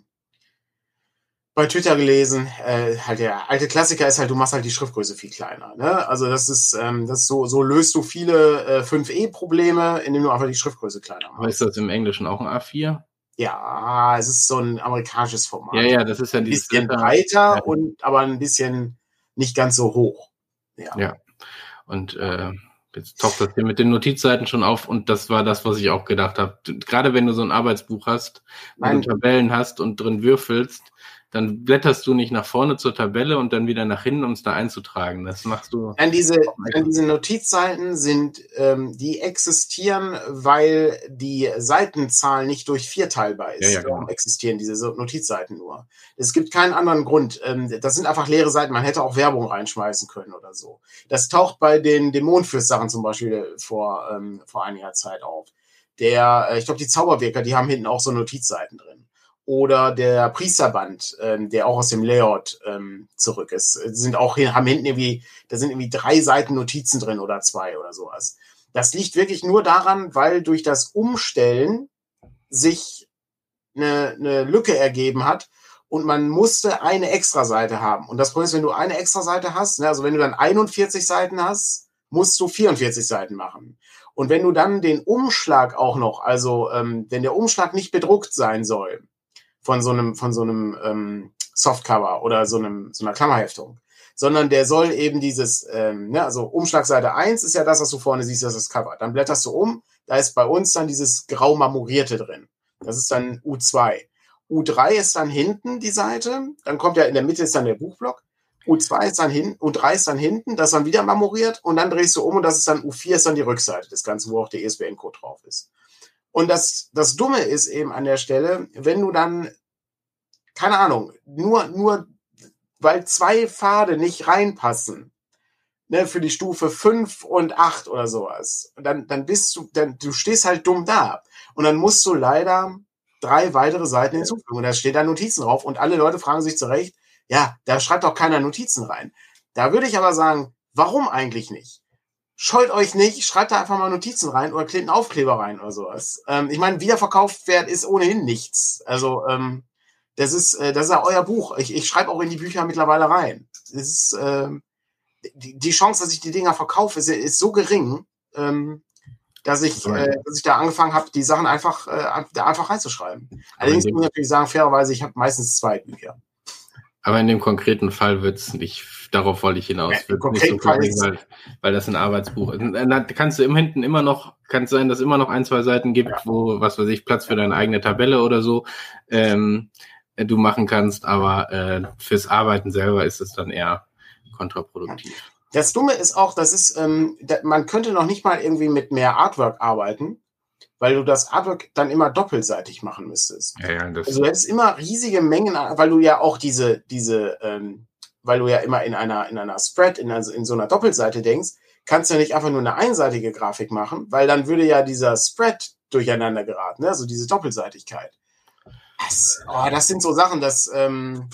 bei Twitter gelesen, äh, halt der alte Klassiker ist halt, du machst halt die Schriftgröße viel kleiner. Ne? Also das ist, ähm, das ist so, so löst du viele äh, fünf E-Probleme, indem du einfach die Schriftgröße kleiner machst. aber ist das im Englischen auch ein A vier? Ja, es ist so ein amerikanisches Format. Ja, ja, das ist ja ein dieses bisschen Blätter- breiter Ja. und aber ein bisschen nicht ganz so hoch. Ja. Ja. Und äh, jetzt taucht das hier mit den Notizseiten schon auf und das war das, was ich auch gedacht habe. Gerade wenn du so ein Arbeitsbuch hast, wo Nein. du Tabellen hast und drin würfelst, dann blätterst du nicht nach vorne zur Tabelle und dann wieder nach hinten, um es da einzutragen. Das machst du. An diese, an diese Notizseiten sind, ähm, die existieren, weil die Seitenzahl nicht durch vier teilbar ist. Ja, ja, Darum genau. existieren diese so- Notizseiten nur. Es gibt keinen anderen Grund. Ähm, das sind einfach leere Seiten. Man hätte auch Werbung reinschmeißen können oder so. Das taucht bei den Dämonenfürst-Sachen zum Beispiel vor, ähm, vor einiger Zeit auf. Der, äh, ich glaube, die Zauberwirker, die haben hinten auch so Notizseiten drin. Oder der Priesterband, ähm, der auch aus dem Layout ähm, zurück ist, sind auch haben hinten irgendwie, da sind irgendwie drei Seiten Notizen drin oder zwei oder sowas. Das liegt wirklich nur daran, weil durch das Umstellen sich eine, eine Lücke ergeben hat und man musste eine Extraseite haben. Und das Problem ist, wenn du eine Extraseite hast, ne, also wenn du dann einundvierzig Seiten hast, musst du vierundvierzig Seiten machen. Und wenn du dann den Umschlag auch noch, also ähm, wenn der Umschlag nicht bedruckt sein soll, von so einem, von so einem ähm, Softcover oder so einem, so einer Klammerheftung, sondern der soll eben dieses, ähm, ne, also Umschlagseite eins ist ja das, was du vorne siehst, das ist das Cover. Dann blätterst du um, da ist bei uns dann dieses grau marmorierte drin. Das ist dann U zwei. U drei ist dann hinten die Seite, dann kommt ja in der Mitte ist dann der Buchblock. U zwei ist dann hinten, U drei ist dann hinten, das dann wieder marmoriert und dann drehst du um und das ist dann U vier ist dann die Rückseite des Ganzen, wo auch der I S B N-Code drauf ist. Und das, das Dumme ist eben an der Stelle, wenn du dann, keine Ahnung, nur, nur, weil zwei Pfade nicht reinpassen, ne, für die Stufe fünf und acht oder sowas, dann, dann bist du, dann, du stehst halt dumm da. Und dann musst du leider drei weitere Seiten hinzufügen. Und da steht da Notizen drauf und alle Leute fragen sich zurecht, ja, da schreibt doch keiner Notizen rein. Da würde ich aber sagen, warum eigentlich nicht? Scheut euch nicht, schreibt da einfach mal Notizen rein oder klebt einen Aufkleber rein oder sowas. Ähm, ich meine, Wiederverkaufswert ist ohnehin nichts. Also, ähm, das ist, äh, das ist ja euer Buch. Ich, ich schreibe auch in die Bücher mittlerweile rein. Das ist, ähm, die, die Chance, dass ich die Dinger verkaufe, ist, ist so gering, ähm, dass ich, äh, dass ich da angefangen habe, die Sachen einfach, äh, da einfach reinzuschreiben. Allerdings muss ich natürlich sagen, fairerweise, ich habe meistens zwei Bücher. Aber in dem konkreten Fall wird es nicht, darauf wollte ich hinaus, Ja, wird nicht so bringen, weil, weil das ein Arbeitsbuch ist. Da kannst du im hinten immer noch, kann es sein, dass es immer noch ein, zwei Seiten gibt, ja, wo, was weiß ich, Platz für deine eigene Tabelle oder so ähm, du machen kannst, aber äh, fürs Arbeiten selber ist es dann eher kontraproduktiv. Das Dumme ist auch, das ist, ähm, da, man könnte noch nicht mal irgendwie mit mehr Artwork arbeiten, weil du das Artwork dann immer doppelseitig machen müsstest. Ja, ja, das also du hättest immer riesige Mengen, weil du ja auch diese, diese, ähm, weil du ja immer in einer, in einer Spread, in, also in so einer Doppelseite denkst, kannst du ja nicht einfach nur eine einseitige Grafik machen, weil dann würde ja dieser Spread durcheinander geraten, ne? Also diese Doppelseitigkeit. Das, oh, das sind so Sachen, dass ähm,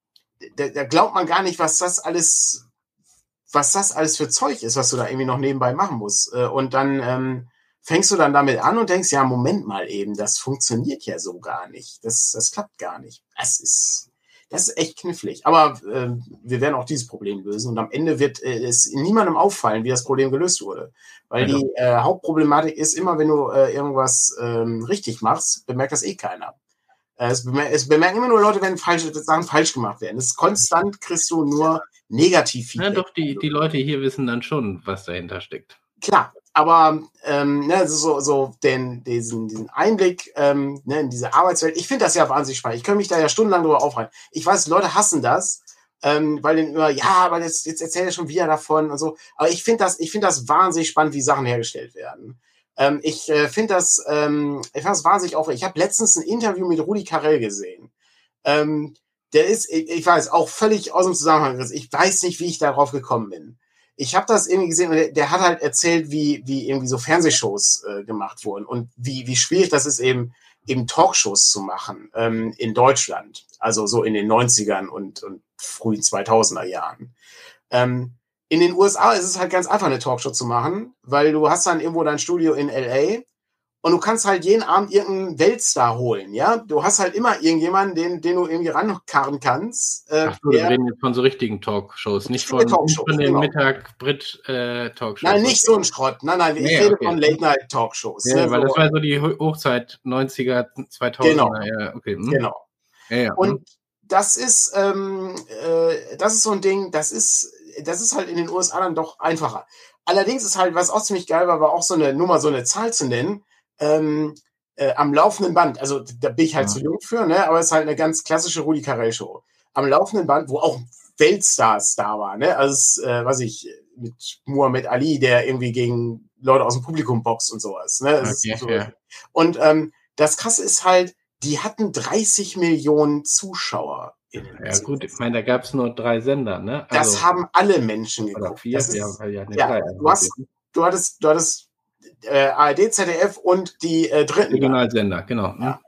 da, da glaubt man gar nicht, was das alles, was das alles für Zeug ist, was du da irgendwie noch nebenbei machen musst. Äh, und dann ähm, fängst du dann damit an und denkst, ja, Moment mal eben, das funktioniert ja so gar nicht. Das, das klappt gar nicht. Das ist, das ist echt knifflig. Aber äh, wir werden auch dieses Problem lösen. Und am Ende wird äh, es niemandem auffallen, wie das Problem gelöst wurde. Weil Also. die äh, Hauptproblematik ist, immer wenn du äh, irgendwas ähm, richtig machst, bemerkt das eh keiner. Äh, es, bemer es bemerken immer nur Leute, wenn falsche Sachen falsch gemacht werden. Es ist konstant, kriegst du nur Negativ-Feedback. Ja, doch, die, die Leute hier wissen dann schon, was dahinter steckt. Klar, aber ähm, ne, so, so den, diesen, diesen Einblick ähm, ne, in diese Arbeitswelt, ich finde das ja wahnsinnig spannend. Ich könnte mich da ja stundenlang drüber aufhalten. Ich weiß, Leute hassen das, ähm, weil dann immer, ja, aber jetzt, jetzt erzählt er schon wieder davon und so. Aber ich finde das, ich finde das wahnsinnig spannend, wie Sachen hergestellt werden. Ähm, ich äh, finde das, ähm, ich finde das wahnsinnig aufregend. Ich habe letztens ein Interview mit Rudi Carrell gesehen. Ähm, der ist, ich, ich weiß, auch völlig aus dem Zusammenhang gerissen. Ich weiß nicht, wie ich darauf gekommen bin. Ich habe das irgendwie gesehen und der, der hat halt erzählt, wie, wie irgendwie so Fernsehshows äh, gemacht wurden und wie, wie schwierig das ist, eben, eben Talkshows zu machen ähm, in Deutschland. Also so in den neunzigern und, und frühen zweitausender Jahren. Ähm, in den U S A ist es halt ganz einfach, eine Talkshow zu machen, weil du hast dann irgendwo dein Studio in L A und du kannst halt jeden Abend irgendeinen Weltstar holen, ja? Du hast halt immer irgendjemanden, den, den du irgendwie rankarren kannst. Äh, Ach so, wir reden jetzt von so richtigen Talkshows, nicht von, Talkshows, von den genau. Mittag-Brit-Talkshows. Nein, nicht so ein Schrott. Nein, nein, ich nee, rede okay. von Late-Night-Talkshows. Ja, ne, weil so. Das war so die Hochzeit neunziger, zweitausender. Genau. Ja, okay. Hm. Genau. Ja, ja. Und das ist, ähm, äh, das ist so ein Ding, das ist, das ist halt in den U S A dann doch einfacher. Allerdings ist halt, was auch ziemlich geil war, war auch so eine, nur mal so eine Zahl zu nennen, ähm, äh, am laufenden Band, also da bin ich halt ja. zu jung für, ne, aber es ist halt eine ganz klassische Rudi Carrell Show. Am laufenden Band, wo auch Weltstars da waren, ne, also es, äh, was ich, mit Muhammad Ali, der irgendwie gegen Leute aus dem Publikum boxt und sowas, ne. Okay, so. ja. Und ähm, das Krasse ist halt, die hatten dreißig Millionen Zuschauer. Ja gut, ich meine, da gab es nur drei Sender, ne? Also, das haben alle Menschen geguckt. Oder vier, das ist, ja, weil ja, nee, ja drei. Du, hast, du hattest, du hattest äh, A R D, Z D F und die äh, dritten. Regionalsender, genau. Ja.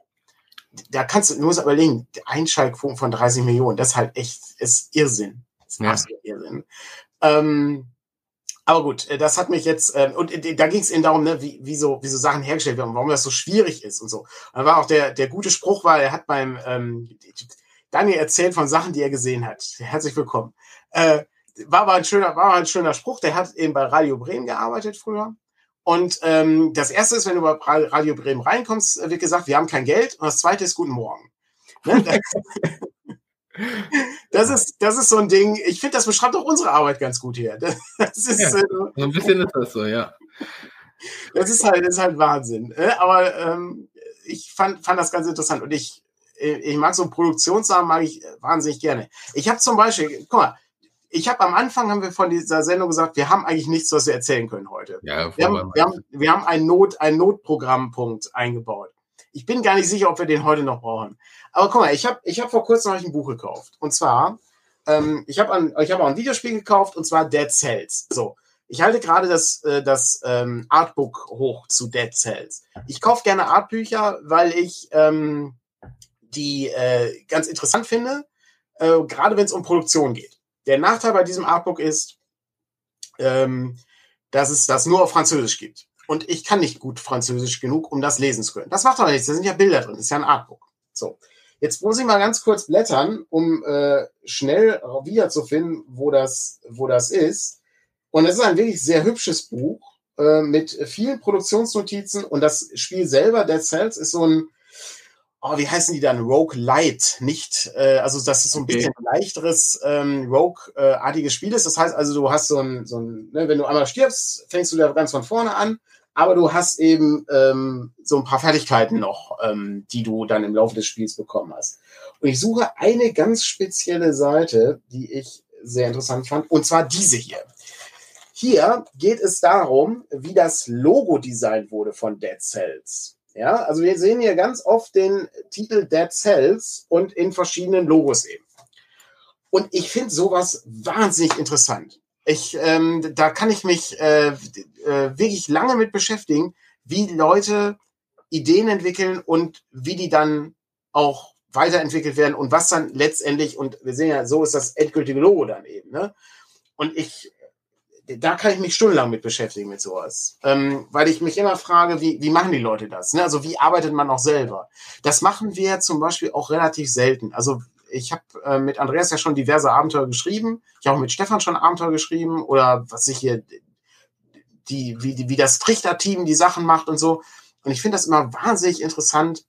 Da kannst du, du musst überlegen, Einschaltquoten von dreißig Millionen, das ist halt echt, ist Irrsinn. Das ist ja. absolut Irrsinn. Ähm, aber gut, das hat mich jetzt, ähm, und da ging es eben darum, ne, wie, wie, so, wie so Sachen hergestellt werden, warum das so schwierig ist und so. Und dann war auch der, der gute Spruch, war, er hat beim ähm, Daniel erzählt von Sachen, die er gesehen hat. Herzlich willkommen. Äh, war aber ein schöner, war aber ein schöner Spruch. Der hat eben bei Radio Bremen gearbeitet früher. Und ähm, das erste ist, wenn du bei Radio Bremen reinkommst, wird gesagt, wir haben kein Geld. Und das zweite ist Guten Morgen. Ne? Das ist, das ist so ein Ding, ich finde, das beschreibt auch unsere Arbeit ganz gut hier. Das ist, ja, so ein bisschen ist das so, ja. Das ist halt, das ist halt Wahnsinn. Aber ähm, ich fand, fand das ganz interessant und ich, ich mag so Produktionssachen, mag ich wahnsinnig gerne. Ich habe zum Beispiel, guck mal, ich habe am Anfang, haben wir von dieser Sendung gesagt, wir haben eigentlich nichts, was wir erzählen können heute. Ja, wir, haben, wir, haben, wir haben einen, Not, einen Notprogrammpunkt eingebaut. Ich bin gar nicht sicher, ob wir den heute noch brauchen. Aber guck mal, ich habe ich hab vor kurzem ein Buch gekauft. Und zwar, ähm, ich habe hab auch ein Videospiel gekauft, und zwar Dead Cells. So, ich halte gerade das, äh, das ähm, Artbook hoch zu Dead Cells. Ich kaufe gerne Artbücher, weil ich ähm, die äh, ganz interessant finde, äh, gerade wenn es um Produktion geht. Der Nachteil bei diesem Artbook ist, ähm, dass es das nur auf Französisch gibt. Und ich kann nicht gut Französisch genug, um das lesen zu können. Das macht aber nichts, da sind ja Bilder drin, das ist ja ein Artbook. So, jetzt muss ich mal ganz kurz blättern, um äh, schnell wiederzufinden, wo das, wo das ist. Und es ist ein wirklich sehr hübsches Buch äh, mit vielen Produktionsnotizen. Und das Spiel selber, Dead Cells, ist so ein, oh, wie heißen die dann? Rogue Light, nicht, äh, also das ist so ein okay. bisschen leichteres ähm, Rogue-artiges Spiel ist. Das heißt also, du hast so ein, so ein ne, wenn du einmal stirbst, fängst du da ganz von vorne an, aber du hast eben ähm, so ein paar Fertigkeiten noch, ähm, die du dann im Laufe des Spiels bekommen hast. Und ich suche eine ganz spezielle Seite, die ich sehr interessant fand, und zwar diese hier. Hier geht es darum, wie das Logo designt wurde von Dead Cells. Ja, also wir sehen hier ganz oft den Titel Dead Cells und in verschiedenen Logos eben. Und ich finde sowas wahnsinnig interessant. Ich, ähm, da kann ich mich äh, äh, wirklich lange mit beschäftigen, wie Leute Ideen entwickeln und wie die dann auch weiterentwickelt werden und was dann letztendlich, und wir sehen ja, so ist das endgültige Logo dann eben, ne? Und ich, da kann ich mich stundenlang mit beschäftigen mit sowas. Ähm, weil ich mich immer frage, wie, wie machen die Leute das? Ne? Also wie arbeitet man auch selber? Das machen wir zum Beispiel auch relativ selten. Also ich habe äh, mit Andreas ja schon diverse Abenteuer geschrieben. Ich habe auch mit Stefan schon Abenteuer geschrieben oder was ich hier, die, wie, die, wie das Trichter-Team die Sachen macht und so. Und ich finde das immer wahnsinnig interessant,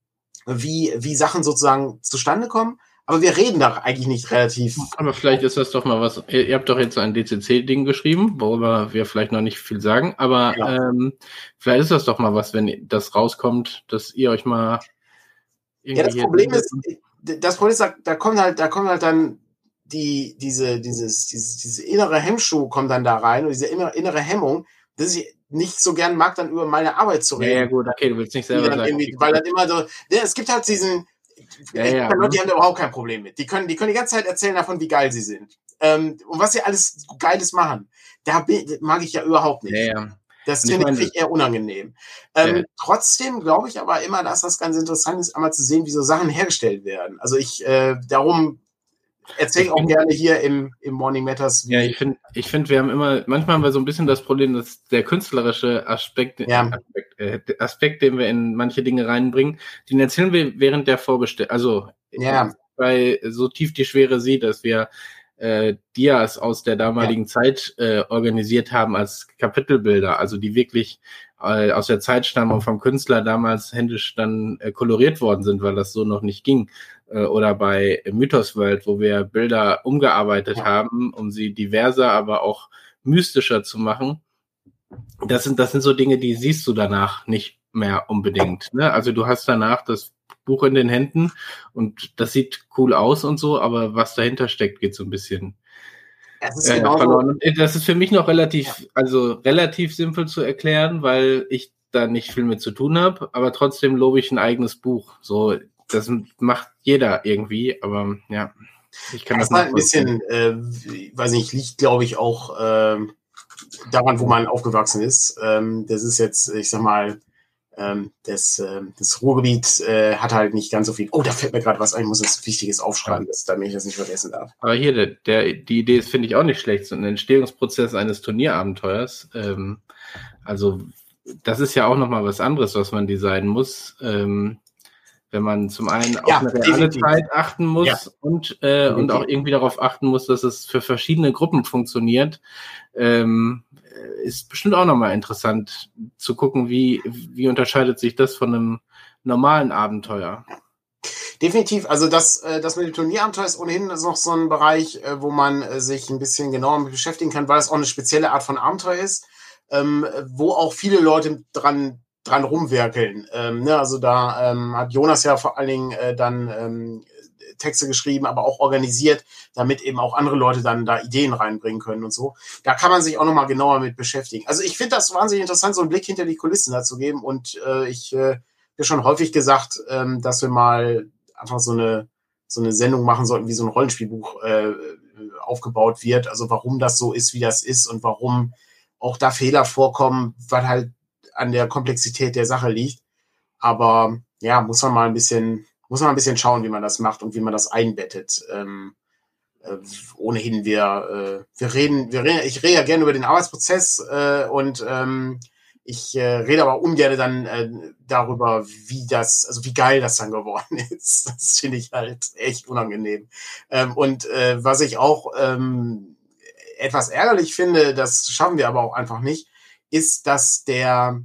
wie, wie Sachen sozusagen zustande kommen. Aber wir reden da eigentlich nicht relativ. Aber vielleicht ist das doch mal was. Ihr, ihr habt doch jetzt ein D C C-Ding geschrieben, worüber wir vielleicht noch nicht viel sagen. Aber Ja. ähm, vielleicht ist das doch mal was, wenn das rauskommt, dass ihr euch mal irgendwie. Ja, das Problem ist, das Problem ist, da, da kommt halt, da kommt halt dann die, diese, dieses, dieses, diese innere Hemmschuh kommt dann da rein und diese innere, innere Hemmung, dass ich nicht so gern mag, dann über meine Arbeit zu reden. Ja, ja, gut, okay, du willst nicht selber sagen. Weil dann immer so, ja, es gibt halt diesen, ja, es ja, gibt Leute, die haben da überhaupt kein Problem mit. Die können, die können die ganze Zeit erzählen davon, wie geil sie sind. Ähm, und was sie alles Geiles machen. Da mag ich ja überhaupt nicht. Ja, ja. Das finde ich eher unangenehm. Ähm, ja. Trotzdem glaube ich aber immer, dass das ganz interessant ist, einmal zu sehen, wie so Sachen hergestellt werden. Also ich, äh, darum erzähle ich auch gerne hier im, im Morning Matters. Ja, ich finde, ich finde, wir haben immer, manchmal haben wir so ein bisschen das Problem, dass der künstlerische Aspekt, ja. Aspekt, äh, Aspekt, den wir in manche Dinge reinbringen, den erzählen wir während der Vorbestellung. Also, ja. bei so tief die Schwere sieht, dass wir äh, Dias aus der damaligen ja. Zeit äh, organisiert haben als Kapitelbilder, also die wirklich äh, aus der Zeit stammen und vom Künstler damals händisch dann äh, koloriert worden sind, weil das so noch nicht ging. Äh, oder bei Mythos World, wo wir Bilder umgearbeitet ja. haben, um sie diverser, aber auch mystischer zu machen. Das sind, das sind so Dinge, die siehst du danach nicht mehr unbedingt. Ne? Also du hast danach das Buch in den Händen und das sieht cool aus und so, aber was dahinter steckt, geht so ein bisschen das ist, äh, verloren. Und das ist für mich noch relativ, ja. also relativ simpel zu erklären, weil ich da nicht viel mit zu tun habe, aber trotzdem lobe ich ein eigenes Buch. So, das macht jeder irgendwie, aber ja, ich kann das, das mal ein bisschen, äh, weiß nicht, liegt glaube ich auch äh, daran, wo man aufgewachsen ist. Ähm, das ist jetzt, ich sag mal, Ähm, das, äh, das Ruhrgebiet äh, hat halt nicht ganz so viel. Oh, da fällt mir gerade was ein, ich muss das Wichtiges aufschreiben, dass, damit ich das nicht vergessen darf. Aber hier, der, der, die Idee ist, finde ich, auch nicht schlecht, so ein Entstehungsprozess eines Turnierabenteuers. Ähm, also, das ist ja auch nochmal was anderes, was man designen muss. Ähm, wenn man zum einen auf ja, eine reale definitiv. Zeit achten muss ja. und, äh, und auch irgendwie darauf achten muss, dass es für verschiedene Gruppen funktioniert. Ähm, ist bestimmt auch nochmal interessant zu gucken, wie, wie unterscheidet sich das von einem normalen Abenteuer. Definitiv, also das, das mit dem Turnierabenteuer ist ohnehin noch so ein Bereich, wo man sich ein bisschen genauer mit beschäftigen kann, weil es auch eine spezielle Art von Abenteuer ist, wo auch viele Leute dran dran rumwerkeln. Ähm, ne? Also da ähm, hat Jonas ja vor allen Dingen äh, dann ähm, Texte geschrieben, aber auch organisiert, damit eben auch andere Leute dann da Ideen reinbringen können und so. Da kann man sich auch nochmal genauer mit beschäftigen. Also ich finde das wahnsinnig interessant, so einen Blick hinter die Kulissen dazu geben und äh, ich äh, habe schon häufig gesagt, ähm, dass wir mal einfach so eine so eine Sendung machen sollten, wie so ein Rollenspielbuch äh, aufgebaut wird, also warum das so ist, wie das ist und warum auch da Fehler vorkommen, weil halt an der Komplexität der Sache liegt. Aber ja, muss man mal ein bisschen, muss man ein bisschen schauen, wie man das macht und wie man das einbettet. Ähm, äh, ohnehin, wir, äh, wir reden, wir reden, ich rede ja gerne über den Arbeitsprozess äh, und ähm, ich äh, rede aber ungern dann äh, darüber, wie das, also wie geil das dann geworden ist. Das finde ich halt echt unangenehm. Ähm, und äh, was ich auch ähm, etwas ärgerlich finde, das schaffen wir aber auch einfach nicht, ist, dass der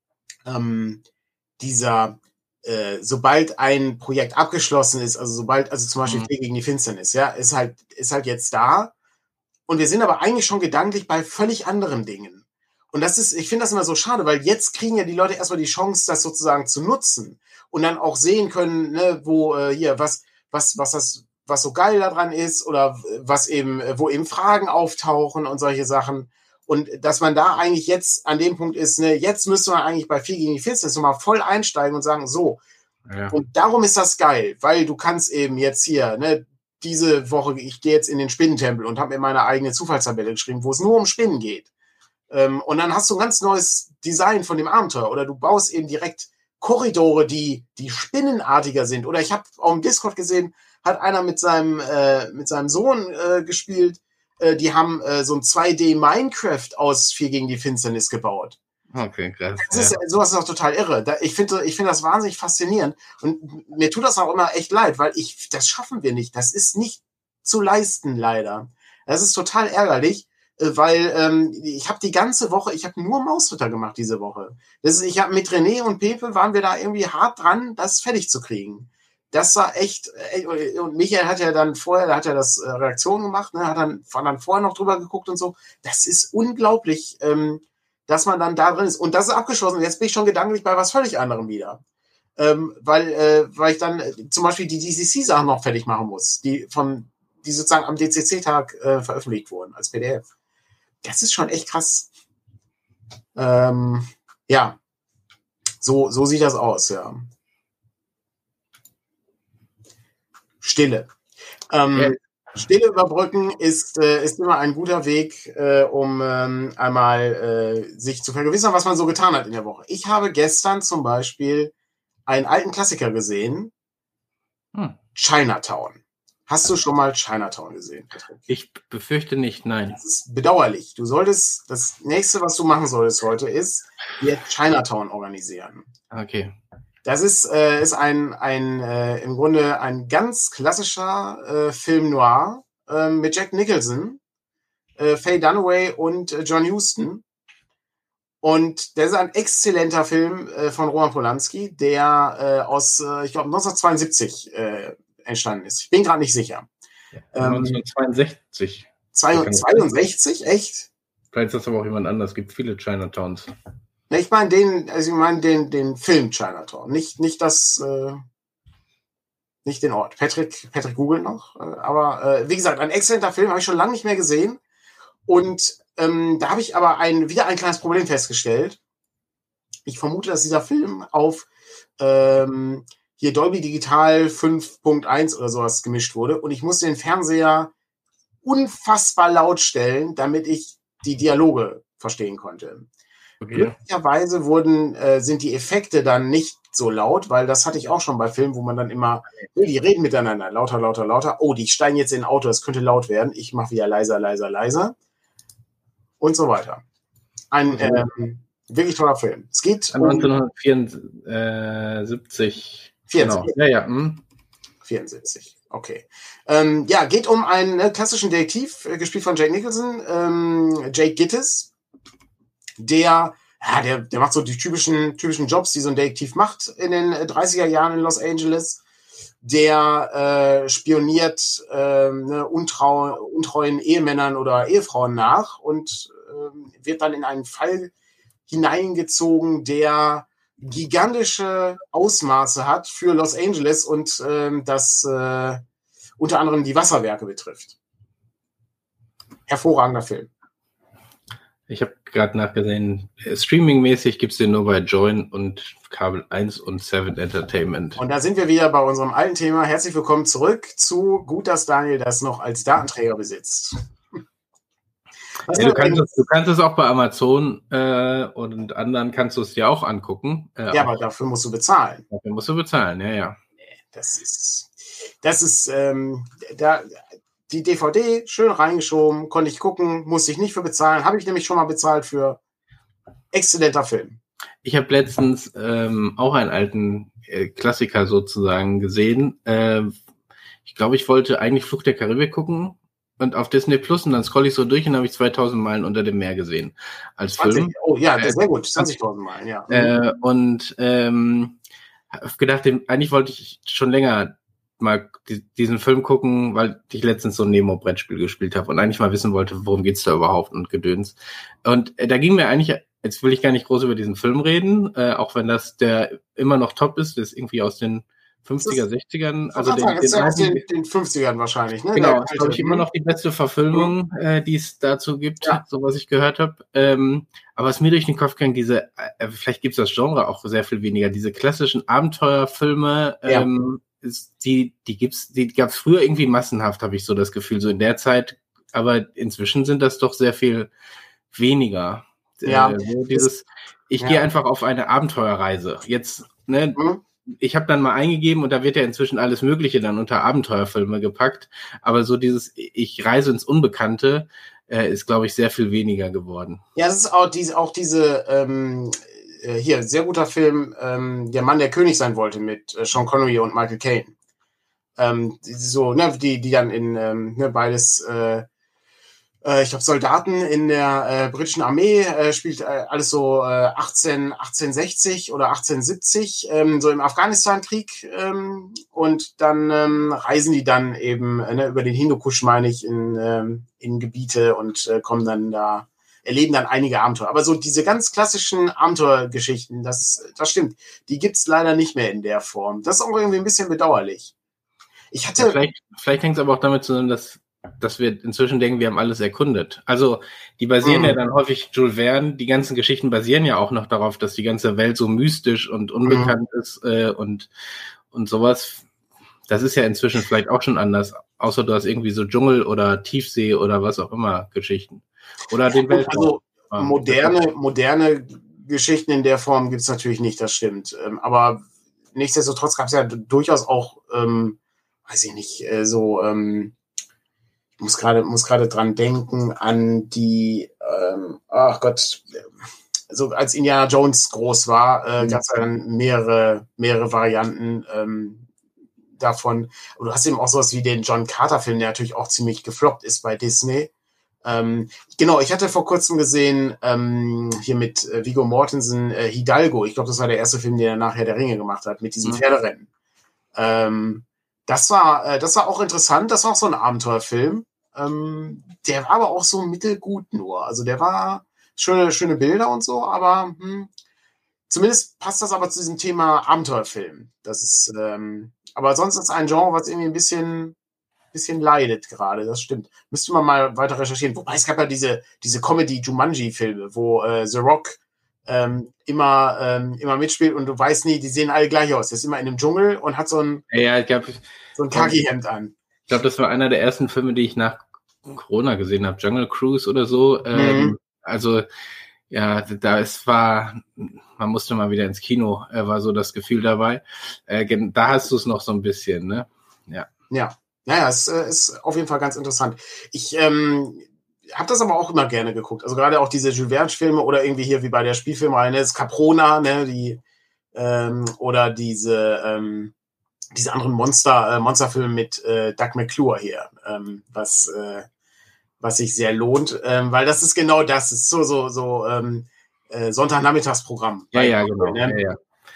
ähm, dieser, äh, sobald ein Projekt abgeschlossen ist, also sobald, also zum Beispiel mhm. Krieg gegen die Finsternis, ja, ist halt, ist halt jetzt da und wir sind aber eigentlich schon gedanklich bei völlig anderen Dingen. Und das ist, ich finde das immer so schade, weil jetzt kriegen ja die Leute erstmal die Chance, das sozusagen zu nutzen und dann auch sehen können, ne, wo äh, hier, was, was, was das, was so geil daran ist oder was eben, wo eben Fragen auftauchen und solche Sachen. Und dass man da eigentlich jetzt an dem Punkt ist, ne, jetzt müsste man eigentlich bei vier gegen die Finsternis nochmal voll einsteigen und sagen, so. Ja. Und darum ist das geil, weil du kannst eben jetzt hier, ne, diese Woche, ich gehe jetzt in den Spinnentempel und habe mir meine eigene Zufallstabelle geschrieben, wo es nur um Spinnen geht. Ähm, und dann hast du ein ganz neues Design von dem Abenteuer oder du baust eben direkt Korridore, die, die spinnenartiger sind. Oder ich habe auf dem Discord gesehen, hat einer mit seinem, äh, mit seinem Sohn äh, gespielt. Äh, die haben äh, so ein zwei D Minecraft aus vier gegen die Finsternis gebaut. Okay, krass. Das ist, ja. Sowas ist auch total irre. Da, ich finde ich finde das wahnsinnig faszinierend. Und mir tut das auch immer echt leid, weil ich, das schaffen wir nicht. Das ist nicht zu leisten, leider. Das ist total ärgerlich, weil ähm, ich habe die ganze Woche, ich habe nur Mausritter gemacht diese Woche. Das ist, ich habe mit René und Pepe waren wir da irgendwie hart dran, das fertig zu kriegen. Das war echt, und Michael hat ja dann vorher, da hat er das äh, Reaktion gemacht, ne, hat dann, war dann vorher noch drüber geguckt und so. Das ist unglaublich, ähm, dass man dann da drin ist. Und das ist abgeschlossen. Jetzt bin ich schon gedanklich bei was völlig anderem wieder. Ähm, weil, äh, weil ich dann äh, zum Beispiel die D C C-Sachen noch fertig machen muss, die von, die sozusagen am D C C-Tag äh, veröffentlicht wurden als P D F. Das ist schon echt krass. Ähm, ja, so, so sieht das aus, ja. Stille. Ähm, ja. Stille überbrücken ist, äh, ist immer ein guter Weg, äh, um ähm, einmal äh, sich zu vergewissern, was man so getan hat in der Woche. Ich habe gestern zum Beispiel einen alten Klassiker gesehen, hm. Chinatown. Hast du schon mal Chinatown gesehen, Patrick? Ich befürchte nicht, nein. Das ist bedauerlich. Du solltest, das nächste, was du machen solltest heute, ist dir Chinatown organisieren. Okay. Das ist, äh, ist ein, ein äh, im Grunde ein ganz klassischer äh, Film noir äh, mit Jack Nicholson, äh, Faye Dunaway und äh, John Huston. Und der ist ein exzellenter Film äh, von Roman Polanski, der äh, aus, äh, ich glaube, neunzehnhundertzweiundsiebzig äh, entstanden ist. Ich bin gerade nicht sicher. Ja, neunzehnhundertzweiundsechzig. zweiundsechzig, echt? Vielleicht ist das aber auch jemand anders. Es gibt viele Chinatowns. Ich meine den, also ich meine den, den Film Chinatown, nicht, nicht das, äh, nicht den Ort. Patrick, Patrick googelt noch, äh, aber äh, wie gesagt, ein exzellenter Film, habe ich schon lange nicht mehr gesehen. Und ähm, da habe ich aber ein, wieder ein kleines Problem festgestellt. Ich vermute, dass dieser Film auf ähm, hier Dolby Digital fünf Punkt eins oder sowas gemischt wurde. Und ich musste den Fernseher unfassbar laut stellen, damit ich die Dialoge verstehen konnte. Okay. Glücklicherweise wurden, äh, sind die Effekte dann nicht so laut, weil das hatte ich auch schon bei Filmen, wo man dann immer, die reden miteinander, lauter, lauter, lauter. Oh, die steigen jetzt in ein Auto, das könnte laut werden. Ich mache wieder leiser, leiser, leiser. Und so weiter. Ein okay. ähm, wirklich toller Film. Es geht um neunzehnhundertvierundsiebzig. vierundsiebzig. Genau. Ja, ja. Hm. vierundsiebzig. Okay. Ähm, ja, geht um einen äh, klassischen Detektiv, äh, gespielt von Jack Nicholson, ähm, Jake Gittes, der, ja, der, der macht so die typischen, typischen Jobs, die so ein Detektiv macht in den dreißiger Jahren in Los Angeles. Der äh, spioniert äh, ne, untrau, untreuen Ehemännern oder Ehefrauen nach und äh, wird dann in einen Fall hineingezogen, der gigantische Ausmaße hat für Los Angeles und äh, das äh, unter anderem die Wasserwerke betrifft. Hervorragender Film. Ich habe gerade nachgesehen, streamingmäßig gibt es den nur bei Join und Kabel eins und Seven Entertainment. Und da sind wir wieder bei unserem alten Thema. Herzlich willkommen zurück zu Gut, dass Daniel das noch als Datenträger besitzt. Ja, du, kannst es, du kannst es auch bei Amazon äh, und anderen kannst du es dir auch angucken. Äh, ja, auch. Aber dafür musst du bezahlen. Dafür musst du bezahlen, ja, ja. Das ist, das ist, ähm, da... Die D V D schön reingeschoben, konnte ich gucken, musste ich nicht für bezahlen. Habe ich nämlich schon mal bezahlt für. Exzellenter Film. Ich habe letztens ähm, auch einen alten äh, Klassiker sozusagen gesehen. Äh, ich glaube, ich wollte eigentlich Fluch der Karibik gucken und auf Disney Plus und dann scroll ich so durch und habe ich zweitausend Meilen unter dem Meer gesehen als zwanzig, Film. Oh ja, das ist sehr gut. zwanzigtausend Meilen, ja. Äh, und ähm, habe gedacht, den, eigentlich wollte ich schon länger mal die, diesen Film gucken, weil ich letztens so ein Nemo-Brettspiel gespielt habe und eigentlich mal wissen wollte, worum geht's da überhaupt und Gedöns. Und äh, da ging mir eigentlich, jetzt will ich gar nicht groß über diesen Film reden, äh, auch wenn das der immer noch top ist, das ist irgendwie aus den fünfziger, sechzigern. Also den, sagen, den, den, den, den fünfzigern wahrscheinlich, ne? Genau, das ist, glaube ich, immer noch die beste Verfilmung, äh, die es dazu gibt, ja. So was ich gehört habe. Ähm, aber was mir durch den Kopf ging, diese, äh, vielleicht gibt's das Genre auch sehr viel weniger, diese klassischen Abenteuerfilme, ähm, ja. Ist, die, die gibt's, die gab's früher irgendwie massenhaft, habe ich so das Gefühl, so in der Zeit, aber inzwischen sind das doch sehr viel weniger. Ja. Äh, so dieses, ich ja. gehe einfach auf eine Abenteuerreise. Jetzt ne, Mhm. ich habe dann mal eingegeben und da wird ja inzwischen alles Mögliche dann unter Abenteuerfilme gepackt, aber so dieses ich reise ins Unbekannte äh, ist, glaube ich, sehr viel weniger geworden. Ja, das ist auch diese, auch diese ähm, äh, hier, sehr guter Film, ähm, Der Mann, der König sein wollte, mit äh, Sean Connery und Michael Caine. Ähm, die, so, ne, die, die dann in ähm, ne, beides äh, äh, ich glaube, Soldaten in der äh, britischen Armee, äh, spielt äh, alles so äh, achtzehn, achtzehnhundertsechzig oder achtzehnhundertsiebzig, ähm, so im Afghanistan-Krieg. Ähm, und dann ähm, reisen die dann eben äh, ne, über den Hindukusch, meine ich, in, ähm, in Gebiete und äh, kommen dann da, erleben dann einige Abenteuer. Aber so diese ganz klassischen Abenteuergeschichten, das, das stimmt, die gibt's leider nicht mehr in der Form. Das ist auch irgendwie ein bisschen bedauerlich. Ich hatte... Ja, vielleicht vielleicht hängt es aber auch damit zusammen, dass dass wir inzwischen denken, wir haben alles erkundet. Also die basieren Mhm. ja dann häufig, Jules Verne, die ganzen Geschichten basieren ja auch noch darauf, dass die ganze Welt so mystisch und unbekannt Mhm. ist äh, und und sowas. Das ist ja inzwischen vielleicht auch schon anders, außer du hast irgendwie so Dschungel oder Tiefsee oder was auch immer Geschichten. Oder den Weltraum. Also moderne, moderne Geschichten in der Form gibt's natürlich nicht, das stimmt. Ähm, aber nichtsdestotrotz gab's ja durchaus auch, ähm, weiß ich nicht, äh, so, ähm, ich muss gerade muss gerade dran denken an die, ähm, ach Gott, so als Indiana Jones groß war, äh, Mhm. gab's ja dann mehrere, mehrere Varianten ähm, davon. Und du hast eben auch sowas wie den John Carter-Film, der natürlich auch ziemlich gefloppt ist bei Disney. Ähm, genau, ich hatte vor kurzem gesehen, ähm, hier mit äh, Viggo Mortensen, äh, Hidalgo. Ich glaube, das war der erste Film, den er nachher der Ringe gemacht hat, mit diesem Mhm. Pferderennen. Ähm, das war, äh, das war auch interessant. Das war auch so ein Abenteuerfilm. Ähm, der war aber auch so mittelgut nur. Also der war schöne, schöne Bilder und so, aber hm, zumindest passt das aber zu diesem Thema Abenteuerfilm. Das ist, ähm, aber sonst ist es ein Genre, was irgendwie ein bisschen, bisschen leidet gerade. Das stimmt. Müsste man mal weiter recherchieren. Wobei es gab ja diese, diese Comedy-Jumanji-Filme, wo äh, The Rock ähm, immer, ähm, immer mitspielt und du weißt nie, die sehen alle gleich aus. Der ist immer in einem Dschungel und hat so ein, Ja, ich glaube, so ein Khaki-Hemd an. ich glaube, das war einer der ersten Filme, die ich nach Corona gesehen habe. Jungle Cruise oder so. Ähm, Mhm. also ja, da es war, man musste mal wieder ins Kino, äh, war so das Gefühl dabei. Äh, da hast du es noch so ein bisschen, ne? Ja. Ja. Naja, es äh, ist auf jeden Fall ganz interessant. Ich ähm, habe das aber auch immer gerne geguckt. Also gerade auch diese Jules Verne-Filme oder irgendwie hier wie bei der Spielfilmreihe, ne, das Caprona, ne, die ähm, oder diese ähm, diese anderen Monster äh, Monsterfilme mit äh, Doug McClure hier, ähm, was äh, was sich sehr lohnt, ähm, weil das ist genau das, ist so so so ähm, äh, Sonntagnachmittagsprogramm. Ja, bei ja, Google, genau. ne? Ja, ja.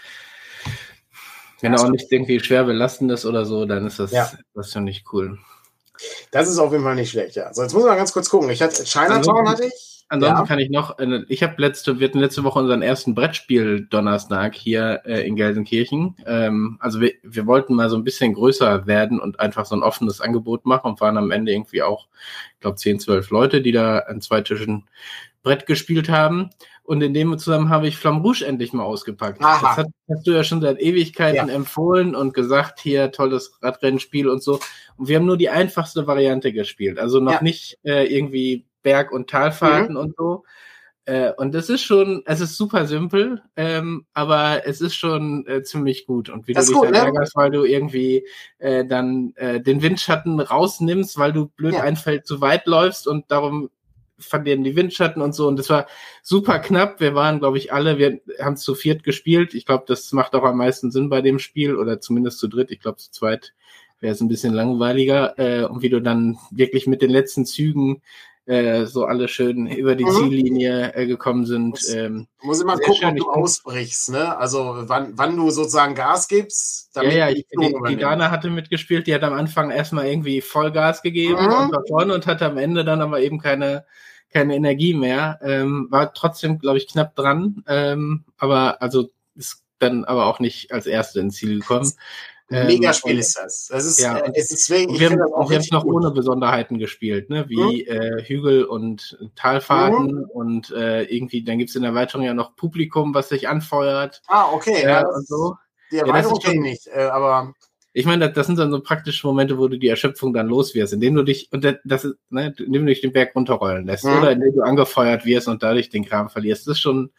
Wenn Ja, auch nicht irgendwie schwer belastendes oder so, dann ist das, ja. das schon nicht cool. Das ist auf jeden Fall nicht schlecht, ja. So, jetzt muss man ganz kurz gucken. Ich hatte Chinatown hatte ich. Ansonsten Ja. kann ich noch, ich habe letzte, wir hatten letzte Woche unseren ersten Brettspiel-Donnerstag hier äh, in Gelsenkirchen. Ähm, also wir, wir wollten mal so ein bisschen größer werden und einfach so ein offenes Angebot machen und waren am Ende irgendwie auch, ich glaube, zehn, zwölf Leute, die da an zwei Tischen Brett gespielt haben. Und in dem Zusammenhang habe ich Flamme Rouge endlich mal ausgepackt. Aha. Das hat, hast du ja schon seit Ewigkeiten Ja. empfohlen und gesagt, hier, tolles Radrennspiel und so. Und wir haben nur die einfachste Variante gespielt. Also noch Ja. nicht äh, irgendwie Berg- und Talfahrten Mhm. und so. Äh, und das ist schon, es ist super simpel, ähm, aber es ist schon äh, ziemlich gut. Und wie Das du ist dich gut, dann ne? ärgerst, weil du irgendwie äh, dann äh, den Windschatten rausnimmst, weil du blöd Ja. ein Feld zu weit läufst und darum verlieren die Windschatten und so. Und das war super knapp. Wir waren, glaube ich, alle, wir haben zu viert gespielt. Ich glaube, das macht auch am meisten Sinn bei dem Spiel oder zumindest zu dritt. Ich glaube, zu zweit wäre es ein bisschen langweiliger. Äh, und wie du dann wirklich mit den letzten Zügen äh, so alle schön über die Mhm. Ziellinie äh, gekommen sind. Muss, Ähm, muss immer sehr gucken, schön. ob du Ich find- ausbrichst, ne? Also wann, wann du sozusagen Gas gibst, Ja, damit ja, du ich, die Führung die, die übernimmst. Dana hatte mitgespielt, die hat am Anfang erstmal irgendwie Vollgas gegeben Mhm. und war vorne und hatte am Ende dann aber eben keine, keine Energie mehr. Ähm, war trotzdem, glaube ich, knapp dran, ähm, aber also ist dann aber auch nicht als Erste ins Ziel gekommen. Mega Ähm, Spiel und, ist das. Das ist, ja, äh, und, es ist deswegen, und ich wir finde haben das auch wir haben es richtig noch gut. ohne Besonderheiten gespielt, ne? Wie äh, Hügel und Talfahrten Mhm. und äh, irgendwie, dann gibt's in der Erweiterung ja noch Publikum, was sich anfeuert Ah, okay. äh, Ja, und das, so. die Ja, das Erweiterung ist kenne ich schon, nicht, äh, aber ich meine, das, das sind dann so praktische Momente, wo du die Erschöpfung dann los wirst, indem du dich, und das, das ist, ne, indem du dich den Berg runterrollen lässt Mhm. oder indem du angefeuert wirst und dadurch den Kram verlierst. Das ist schon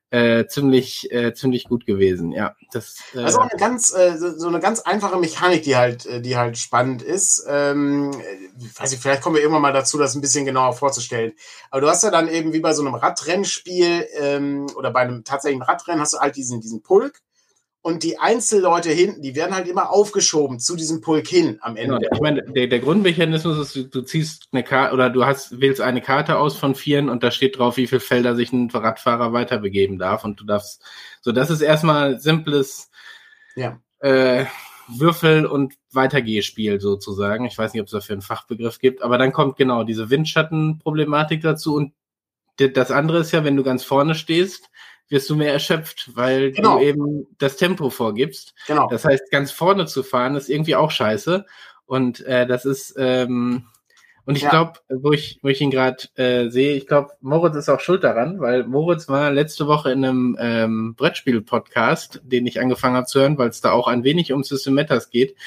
äh, ziemlich, äh, ziemlich gut gewesen. Ja, das. Äh, also auch eine ganz, äh, so eine ganz einfache Mechanik, die halt, die halt spannend ist. Ähm, weiß ich, vielleicht kommen wir irgendwann mal dazu, das ein bisschen genauer vorzustellen. Aber du hast ja dann eben wie bei so einem Radrennspiel ähm, oder bei einem tatsächlichen Radrennen hast du halt diesen, diesen Pulk. Und die Einzelleute hinten, die werden halt immer aufgeschoben zu diesem Pulk hin am Ende. Genau, ich meine, der, der Grundmechanismus ist, du, du ziehst eine Karte oder du hast, wählst eine Karte aus von vieren und da steht drauf, wie viele Felder sich ein Radfahrer weiterbegeben darf. Und du darfst, so das ist erstmal simples ja. äh, Würfel- und Weitergehspiel sozusagen. Ich weiß nicht, ob es dafür einen Fachbegriff gibt, aber dann kommt genau diese Windschattenproblematik dazu. Und das andere ist ja, wenn du ganz vorne stehst, wirst du mehr erschöpft, weil genau. du eben das Tempo vorgibst. Genau. Das heißt, ganz vorne zu fahren ist irgendwie auch scheiße. Und äh, das ist, ähm, und ich ja. glaube, wo ich, wo ich ihn gerade äh, sehe, ich glaube, Moritz ist auch schuld daran, weil Moritz war letzte Woche in einem ähm, Brettspiel-Podcast, den ich angefangen habe zu hören, weil es da auch ein wenig um System Matters geht.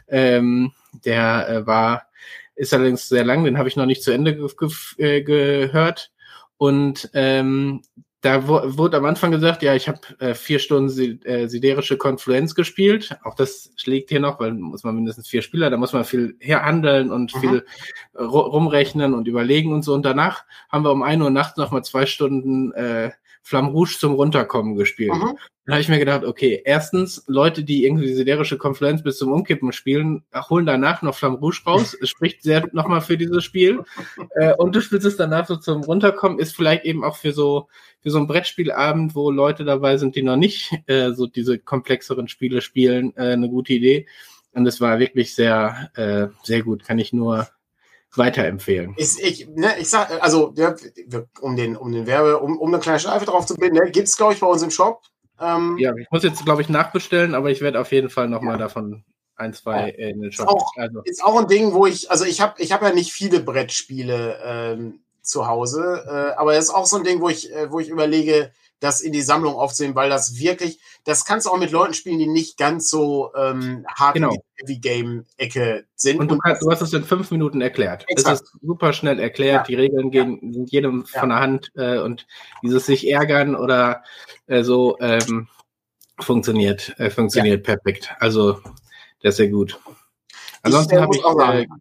Ähm, der äh, war, ist allerdings sehr lang, den habe ich noch nicht zu Ende ge- ge- äh, gehört. Und ähm, da wurde am Anfang gesagt, ja, ich habe äh, vier Stunden äh, siderische Konfluenz gespielt. Auch das schlägt hier noch, weil muss man mindestens vier Spieler, da muss man viel herhandeln und mhm. viel äh, rumrechnen und überlegen und so. Und danach haben wir um ein Uhr nachts noch mal zwei Stunden äh, Flamme Rouge zum Runterkommen gespielt. Mhm. Dann habe ich mir gedacht, okay, erstens, Leute, die irgendwie siderische Konfluenz bis zum Umkippen spielen, holen danach noch Flamme Rouge raus. Es spricht sehr nochmal für dieses Spiel. äh, und du spielst es danach so zum Runterkommen, ist vielleicht eben auch für so für so einen Brettspielabend, wo Leute dabei sind, die noch nicht äh, so diese komplexeren Spiele spielen, äh, eine gute Idee. Und es war wirklich sehr, äh, sehr gut. Kann ich nur weiterempfehlen. Ich, ich, ne, ich sag, also ja, um den, um den Werbe, um, um eine kleine Schleife drauf zu binden, ne, gibt's glaube ich bei uns im Shop. Ähm, ja, ich muss jetzt glaube ich nachbestellen, aber ich werde auf jeden Fall nochmal ja. davon ein, zwei ja. in den Shop. Ist auch, also. ist auch ein Ding, wo ich, also ich habe, ich habe ja nicht viele Brettspiele ähm, zu Hause, äh, aber es ist auch so ein Ding, wo ich, äh, wo ich überlege, das in die Sammlung aufzunehmen, weil das wirklich, das kannst du auch mit Leuten spielen, die nicht ganz so ähm, hart genau. in die Heavy-Game-Ecke sind. Und du, kannst, du hast es in fünf Minuten erklärt. Exakt. Es ist super schnell erklärt, ja. Die Regeln gehen ja. jedem ja. von der Hand äh, und dieses sich ärgern oder äh, so ähm, funktioniert, äh, funktioniert ja. perfekt. Also das ist sehr gut. Ansonsten habe ich, hab ich äh,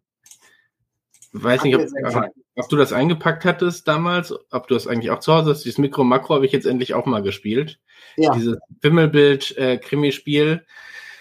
weiß nicht, ob, ob du das eingepackt hattest damals, ob du das eigentlich auch zu Hause hast. Dieses Mikro-Makro habe ich jetzt endlich auch mal gespielt. Ja. Dieses Wimmelbild-Krimispiel.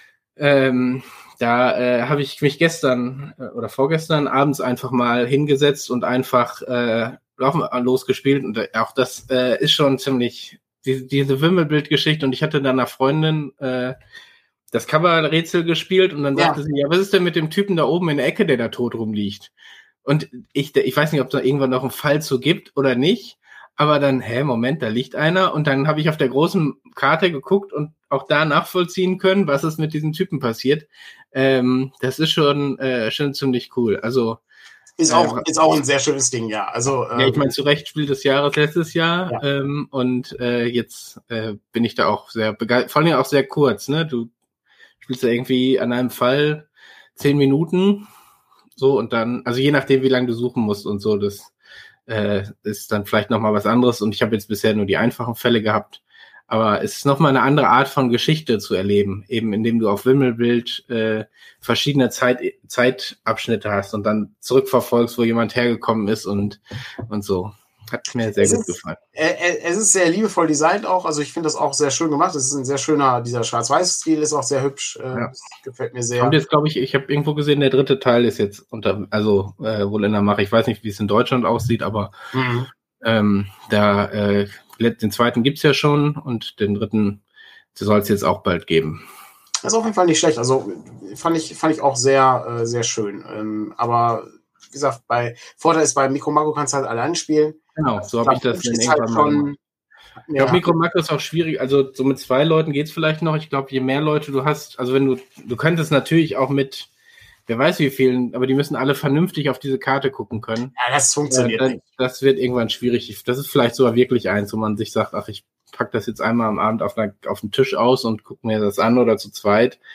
Äh, ähm, da äh, habe ich mich gestern äh, oder vorgestern abends einfach mal hingesetzt und einfach äh, losgespielt. Und äh, auch das äh, ist schon ziemlich, die, diese Wimmelbild-Geschichte. Und ich hatte dann einer Freundin äh, das Coverrätsel gespielt und dann ja. sagte sie, ja, was ist denn mit dem Typen da oben in der Ecke, der da tot rumliegt? Und ich, ich weiß nicht, ob es da irgendwann noch einen Fall zu gibt oder nicht, aber dann, hä, Moment, da liegt einer und dann habe ich auf der großen Karte geguckt und auch da nachvollziehen können, was ist mit diesem Typen passiert. Ähm, das ist schon, äh, schon ziemlich cool. Also ist auch, äh, ist auch ein sehr schönes Ding, ja. Also ähm, ja, ich meine, zu Recht Spiel des Jahres letztes Jahr ja. ähm, und äh, jetzt äh, bin ich da auch sehr begeistert, vor allem auch sehr kurz, ne? Du spielst da irgendwie an einem Fall zehn Minuten. So, und dann, also je nachdem, wie lange du suchen musst und so, das äh, ist dann vielleicht nochmal was anderes. Und ich habe jetzt bisher nur die einfachen Fälle gehabt. Aber es ist nochmal eine andere Art von Geschichte zu erleben, eben indem du auf Wimmelbild äh, verschiedene Zeit, Zeitabschnitte hast und dann zurückverfolgst, wo jemand hergekommen ist und, und so. Hat mir sehr es gut ist, gefallen. Äh, es ist sehr liebevoll designt auch, also ich finde das auch sehr schön gemacht. Es ist ein sehr schöner, dieser Schwarz-Weiß-Stil ist auch sehr hübsch, äh, ja. Das gefällt mir sehr. Und jetzt glaube ich, ich habe irgendwo gesehen, der dritte Teil ist jetzt unter, also äh, wohl in der Mache. Ich weiß nicht, wie es in Deutschland aussieht, aber mhm. ähm, da äh, den zweiten gibt's ja schon und den dritten soll es jetzt auch bald geben. Das ist auf jeden Fall nicht schlecht. Also fand ich, fand ich auch sehr, äh, sehr schön. Ähm, aber wie gesagt, bei Vorteil ist, bei Mikro Makro kannst du halt allein spielen. Genau, so habe ich das dann irgendwann halt mal gemacht. Ich glaube, Mikro Makro ist auch schwierig, also so mit zwei Leuten geht's vielleicht noch. Ich glaube, je mehr Leute du hast, also wenn du, du könntest natürlich auch mit, wer weiß wie vielen, aber die müssen alle vernünftig auf diese Karte gucken können. Ja, das funktioniert ja, nicht. Das, das wird irgendwann schwierig. Das ist vielleicht sogar wirklich eins, wo man sich sagt, ach, ich pack das jetzt einmal am Abend auf, einer, auf den Tisch aus und guck mir das an oder zu zweit.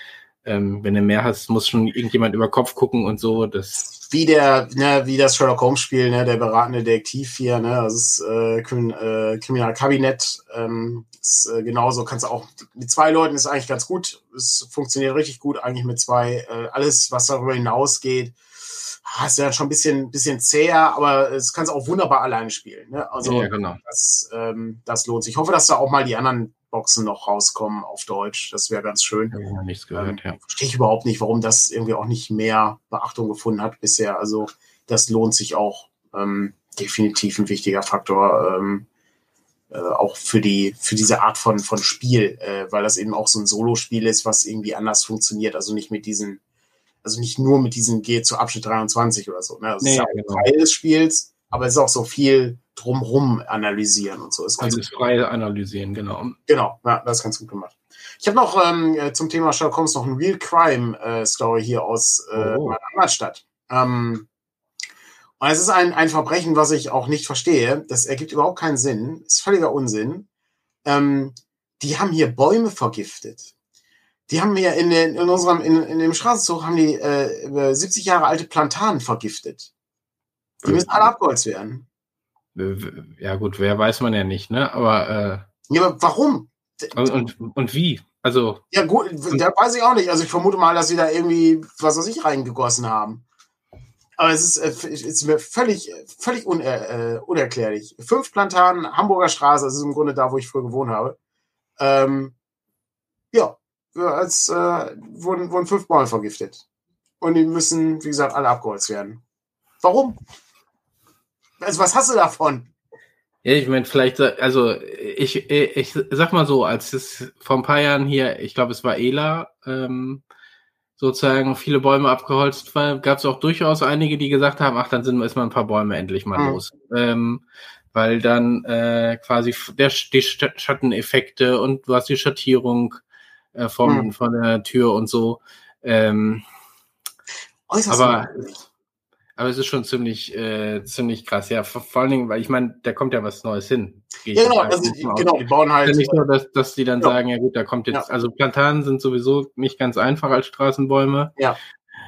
ähm, wenn du mehr hast, muss schon irgendjemand über Kopf gucken und so. Das wie der, ne, wie das Sherlock Holmes Spiel, ne, der beratende Detektiv hier, ne, das ist äh, Krim, äh, Kriminalkabinett, ähm, ist, äh, genauso kannst du auch mit zwei Leuten ist eigentlich ganz gut. Es funktioniert richtig gut eigentlich mit zwei. Äh, alles, was darüber hinausgeht, ist ja schon ein bisschen, bisschen zäher, aber es kannst auch wunderbar alleine spielen. Ne? Also ja, genau. das, ähm, das lohnt sich. Ich hoffe, dass da auch mal die anderen Boxen noch rauskommen auf Deutsch. Das wäre ganz schön. Habe ich noch nichts gehört, ähm, ja. Verstehe ich überhaupt nicht, warum das irgendwie auch nicht mehr Beachtung gefunden hat bisher. Also das lohnt sich auch. Ähm, definitiv ein wichtiger Faktor, ähm, äh, auch für die für diese Art von von Spiel, äh, weil das eben auch so ein Solo-Spiel ist, was irgendwie anders funktioniert. Also nicht mit diesen Also nicht nur mit diesem Geh zu Abschnitt dreiundzwanzig oder so. Ne? Das Nee, ist ja ja, auch genau. Teil des Spiels, aber es ist auch so viel drumrum analysieren und so. Ist ganz Vieles frei analysieren, genau. Genau, ja, das ist ganz gut gemacht. Ich habe noch ähm, zum Thema Sherlock Holmes noch eine Real Crime äh, Story hier aus äh, Oh. meiner Heimatstadt. Ähm, und es ist ein, ein Verbrechen, was ich auch nicht verstehe. Das ergibt überhaupt keinen Sinn. Ist völliger Unsinn. Ähm, die haben hier Bäume vergiftet. Die haben hier in, den, in unserem, in, in dem Straßenzug haben die äh, siebzig Jahre alte Plantanen vergiftet. Die müssen alle abgeholzt werden. Ja gut, wer weiß man ja nicht, ne? Aber äh, Ja, aber warum? und, und, und wie? Also. Ja gut, da weiß ich auch nicht. Also ich vermute mal, dass sie da irgendwie, was weiß ich, reingegossen haben. Aber es ist, äh, ist mir völlig, völlig un, äh, unerklärlich. Fünf Plantanen, Hamburger Straße, das ist im Grunde da, wo ich früher gewohnt habe. Ähm, ja, als äh, wurden, wurden fünf Bäume vergiftet. Und die müssen, wie gesagt, alle abgeholzt werden. Warum? Also was hast du davon? Ja, ich meine, vielleicht, also ich, ich sag mal so, als es vor ein paar Jahren hier, ich glaube, es war Ela, ähm, sozusagen viele Bäume abgeholzt war, gab es auch durchaus einige, die gesagt haben, ach, dann sind ist mal ein paar Bäume endlich mal Mhm. los. Ähm, weil dann äh, quasi der, die Schatteneffekte und du hast die Schattierung äh, vom, Mhm. von der Tür und so. Ähm, Äußerst aber merkwürdig. Aber es ist schon ziemlich, äh, ziemlich krass, ja. Vor, vor allen Dingen, weil ich meine, da kommt ja was Neues hin. Gehe ich Ja, genau, jetzt also, davon aus. genau, die bauen Ist halt. ja nicht so, dass, dass die dann Ja. sagen, ja gut, da kommt jetzt, Ja. also Platanen sind sowieso nicht ganz einfach als Straßenbäume. Ja.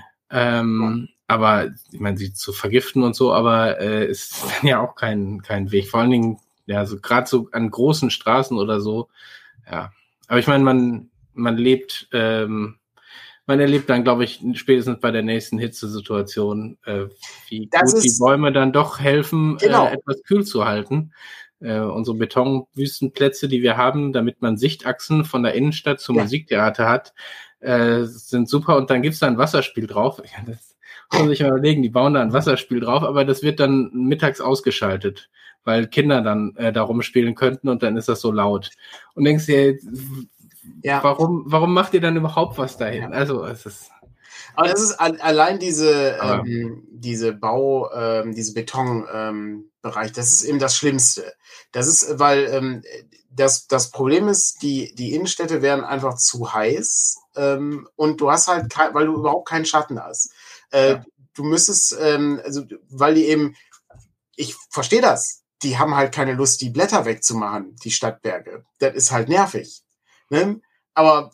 Ähm, Ja. aber, ich meine, sie zu vergiften und so, aber äh, ist dann ja auch kein, kein Weg. Vor allen Dingen, ja, so gerade so an großen Straßen oder so, ja. Aber ich meine, man, man lebt, ähm, man erlebt dann, glaube ich, spätestens bei der nächsten Hitzesituation, äh, wie Das gut die ist- Bäume dann doch helfen, Genau. äh, etwas kühl zu halten. Äh, unsere Betonwüstenplätze, die wir haben, damit man Sichtachsen von der Innenstadt zum Ja. Musiktheater hat, äh, sind super. Und dann gibt's da ein Wasserspiel drauf. Das muss man sich mal überlegen, die bauen da ein Wasserspiel drauf, aber das wird dann mittags ausgeschaltet, weil Kinder dann äh, da rumspielen könnten und dann ist das so laut. Und denkst dir, Ja. warum, warum macht ihr dann überhaupt was dahin? Ja. Also es ist. Aber es ist a- allein diese, Aber- ähm, diese Bau, ähm, diese Betonbereich, ähm, Bereich, das ist eben das Schlimmste. Das ist, weil ähm, das, das Problem ist, die, die Innenstädte werden einfach zu heiß ähm, und du hast halt, kein, weil du überhaupt keinen Schatten hast. Äh, Ja. Du müsstest, ähm, also weil die eben, ich verstehe das, die haben halt keine Lust, die Blätter wegzumachen, die Stadtwerke. Das ist halt nervig. Ne? Aber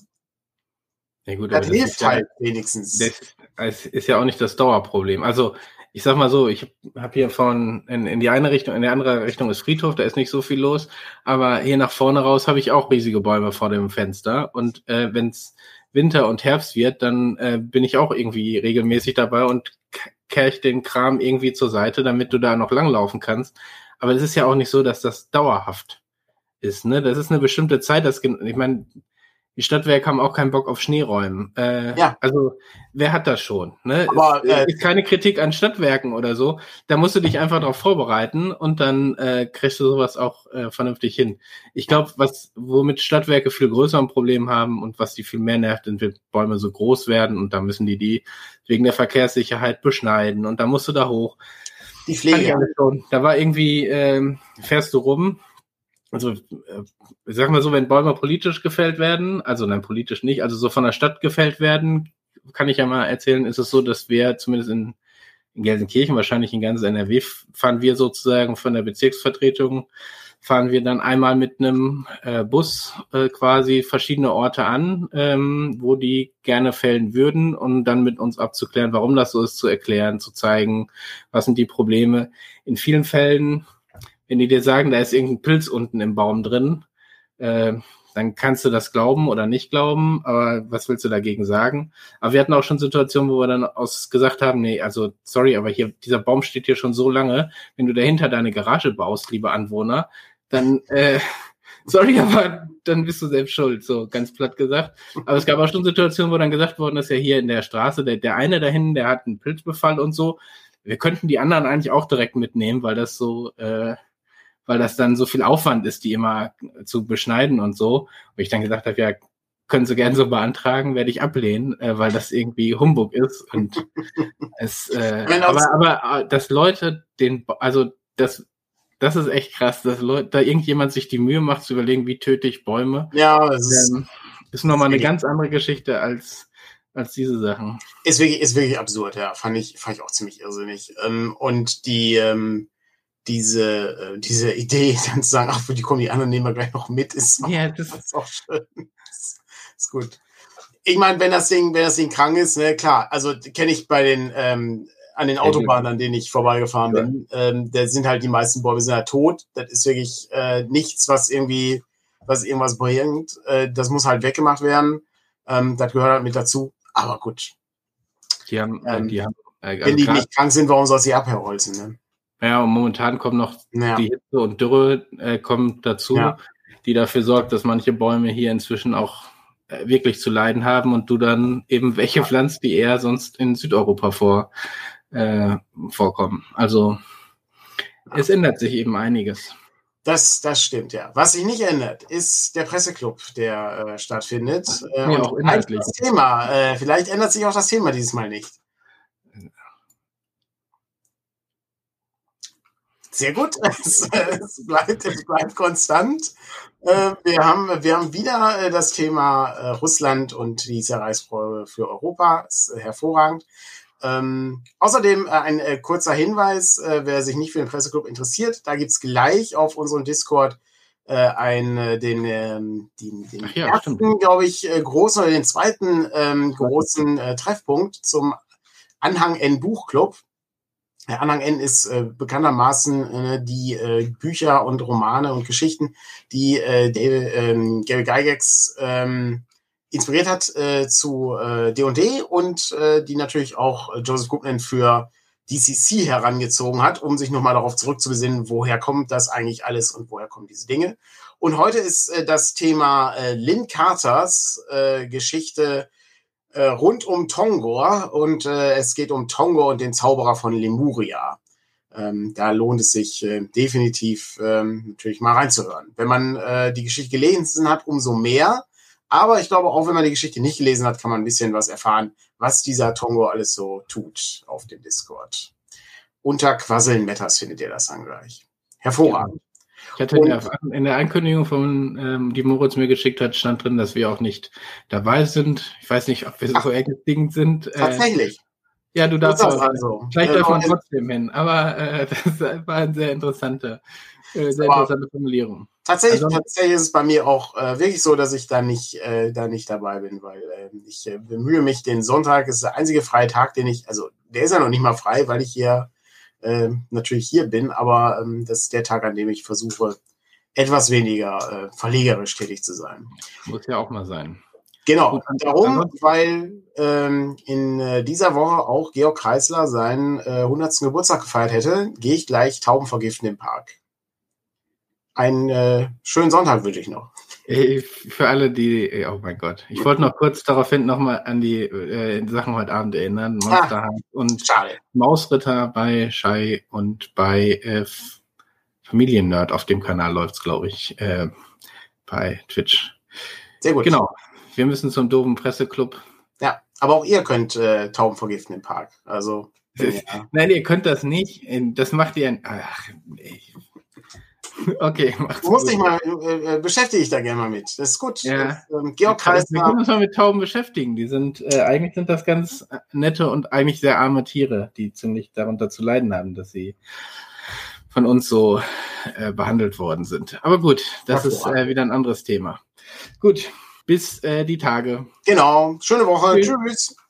Ja gut, das aber das hilft ist ja, halt wenigstens. das es ist ja auch nicht das Dauerproblem. Also ich sag mal so, ich habe hier von in, in die eine Richtung, in die andere Richtung ist Friedhof, da ist nicht so viel los, aber hier nach vorne raus habe ich auch riesige Bäume vor dem Fenster und äh, wenn es Winter und Herbst wird, dann äh, bin ich auch irgendwie regelmäßig dabei und kerch den Kram irgendwie zur Seite, damit du da noch langlaufen kannst. Aber es ist ja auch nicht so, dass das dauerhaft ist, ne? Das ist eine bestimmte Zeit, das ich meine, die Stadtwerke haben auch keinen Bock auf Schneeräumen. Äh, Ja. Also, wer hat das schon? Ne? Aber, ist, äh, ist keine Kritik an Stadtwerken oder so. Da musst du dich einfach darauf vorbereiten und dann äh, kriegst du sowas auch äh, vernünftig hin. Ich glaube, was womit Stadtwerke viel größer ein Problem haben und was die viel mehr nervt, sind, wenn Bäume so groß werden und da müssen die die wegen der Verkehrssicherheit beschneiden und da musst du da hoch. Die Kann ich Pflege. alles schon. Da war irgendwie, ähm, fährst du rum, also äh, ich sag mal so, wenn Bäume politisch gefällt werden, also nein, politisch nicht, also so von der Stadt gefällt werden, kann ich ja mal erzählen, ist es so, dass wir zumindest in, in Gelsenkirchen, wahrscheinlich in ganz N R W, fahren wir sozusagen von der Bezirksvertretung, fahren wir dann einmal mit einem äh, Bus äh, quasi verschiedene Orte an, ähm, wo die gerne fällen würden, und dann mit uns abzuklären, warum das so ist, zu erklären, zu zeigen, was sind die Probleme. In vielen Fällen, wenn die dir sagen, da ist irgendein Pilz unten im Baum drin, äh, dann kannst du das glauben oder nicht glauben, aber was willst du dagegen sagen? Aber wir hatten auch schon Situationen, wo wir dann aus gesagt haben, nee, also sorry, aber hier, dieser Baum steht hier schon so lange, wenn du dahinter deine Garage baust, liebe Anwohner, dann, äh, sorry, aber dann bist du selbst schuld, so ganz platt gesagt. Aber es gab auch schon Situationen, wo dann gesagt worden ist, ja hier in der Straße, der, der eine da hinten, der hat einen Pilzbefall und so. Wir könnten die anderen eigentlich auch direkt mitnehmen, weil das so, äh, weil das dann so viel Aufwand ist, die immer zu beschneiden und so. Und ich dann gesagt habe, ja, können Sie gerne so beantragen, werde ich ablehnen, äh, weil das irgendwie Humbug ist. Und es, äh, aber, aber dass Leute den, also das, das ist echt krass, dass Leute, da irgendjemand sich die Mühe macht, zu überlegen, wie töte ich Bäume. Ja, das ist, ähm, ist nochmal eine ganz andere Geschichte als als diese Sachen. Ist wirklich, ist wirklich absurd, ja. Fand ich, fand ich auch ziemlich irrsinnig. Ähm, und die, ähm, diese, äh, diese Idee, dann zu sagen, ach, für die kommen die anderen, nehmen wir gleich noch mit, ist auch, ja, das ist auch schön. Ist, ist gut. Ich meine, wenn das Ding, wenn das Ding krank ist, ne, klar, also kenne ich bei den, ähm, an den Autobahnen, an denen ich vorbeigefahren ja. bin, ähm, da sind halt die meisten Bäume sind halt tot. Das ist wirklich äh, nichts, was irgendwie, was irgendwas bringt. Äh, das muss halt weggemacht werden. Ähm, das gehört halt mit dazu. Aber gut. Die haben, ähm, die haben, also wenn die nicht krank sind, warum soll sie abholzen, ne? Ja, und momentan kommt noch ja. die Hitze und Dürre äh, kommt dazu, ja. die dafür sorgt, dass manche Bäume hier inzwischen auch äh, wirklich zu leiden haben und du dann eben welche pflanzt, die eher sonst in Südeuropa vor, äh, vorkommen. Also ja. Es ändert sich eben einiges. Das, das stimmt, ja. Was sich nicht ändert, ist der Presseclub, der äh, stattfindet. Äh, ja, und auch inhaltlich. Das Thema. Äh, vielleicht ändert sich auch das Thema dieses Mal nicht. Sehr gut, es, es, bleibt, es bleibt konstant. Äh, wir, haben, wir haben wieder äh, das Thema äh, Russland und die Zerreißprobe für Europa. Das ist äh, hervorragend. Ähm, außerdem äh, ein äh, kurzer Hinweis, äh, wer sich nicht für den Presseclub interessiert, da gibt's gleich auf unserem Discord äh, ein, äh, den, äh, den, den ja, ersten, glaube ich, äh, großen oder den zweiten ähm, großen äh, Treffpunkt zum Anhang N Buchclub. Der Anhang N ist äh, bekanntermaßen äh, die äh, Bücher und Romane und Geschichten, die äh, Dave, ähm, Gary Gygax ähm, inspiriert hat äh, zu äh, D und D und äh, die natürlich auch äh, Joseph Goodman für D C C herangezogen hat, um sich nochmal darauf zurückzubesinnen, woher kommt das eigentlich alles und woher kommen diese Dinge. Und heute ist äh, das Thema äh, Lin Carters äh, Geschichte äh, rund um Tongor und äh, es geht um Tongor und den Zauberer von Lemuria. Ähm, da lohnt es sich äh, definitiv ähm, natürlich mal reinzuhören. Wenn man äh, die Geschichte gelesen hat, umso mehr. Aber ich glaube, auch wenn man die Geschichte nicht gelesen hat, kann man ein bisschen was erfahren, was dieser Tongor alles so tut auf dem Discord. Unter Quasseln Matters findet ihr das dann gleich. Hervorragend. Ich hatte in der, in der Ankündigung, von, ähm, die Moritz mir geschickt hat, stand drin, dass wir auch nicht dabei sind. Ich weiß nicht, ob wir so eingestiegen sind. Tatsächlich. Äh, ja, du darfst auch. Also. Vielleicht äh, darf man trotzdem hin. Aber äh, das war eine sehr interessante, äh, sehr interessante Formulierung. Tatsächlich, also, tatsächlich ist es bei mir auch äh, wirklich so, dass ich da nicht, äh, da nicht dabei bin, weil äh, ich äh, bemühe mich, den Sonntag ist der einzige freie Tag, den ich, also der ist ja noch nicht mal frei, weil ich hier äh, natürlich hier bin, aber ähm, das ist der Tag, an dem ich versuche, etwas weniger äh, verlegerisch tätig zu sein. Muss ja auch mal sein. Genau, Gut, darum, weil ähm, in äh, dieser Woche auch Georg Kreisler seinen äh, hundertsten Geburtstag gefeiert hätte, gehe ich gleich Tauben vergiften im Park. Einen äh, schönen Sonntag wünsche ich noch. Für alle, die, oh mein Gott, ich wollte noch kurz daraufhin nochmal an die äh, Sachen heute Abend erinnern. Monster ah, und schade. Mausritter bei Shai und bei äh, Familiennerd auf dem Kanal läuft's, glaube ich, äh, bei Twitch. Sehr gut. Genau, wir müssen zum doofen Presseclub. Ja, aber auch ihr könnt äh, Tauben vergiften im Park. Also, ja. Nein, ihr könnt das nicht. Das macht ihr. Ach, nee. Okay, macht's du musst gut. dich mal, äh, beschäftige dich da gerne mal mit. Das ist gut. Ja. Das, ähm, Georg Kreisler. Wir können uns mal mit Tauben beschäftigen. Die sind, äh, eigentlich sind das ganz nette und eigentlich sehr arme Tiere, die ziemlich darunter zu leiden haben, dass sie von uns so äh, behandelt worden sind. Aber gut, das ist äh, wieder ein anderes Thema. Gut, bis äh, die Tage. Genau, schöne Woche. Tschüss. Tschüss.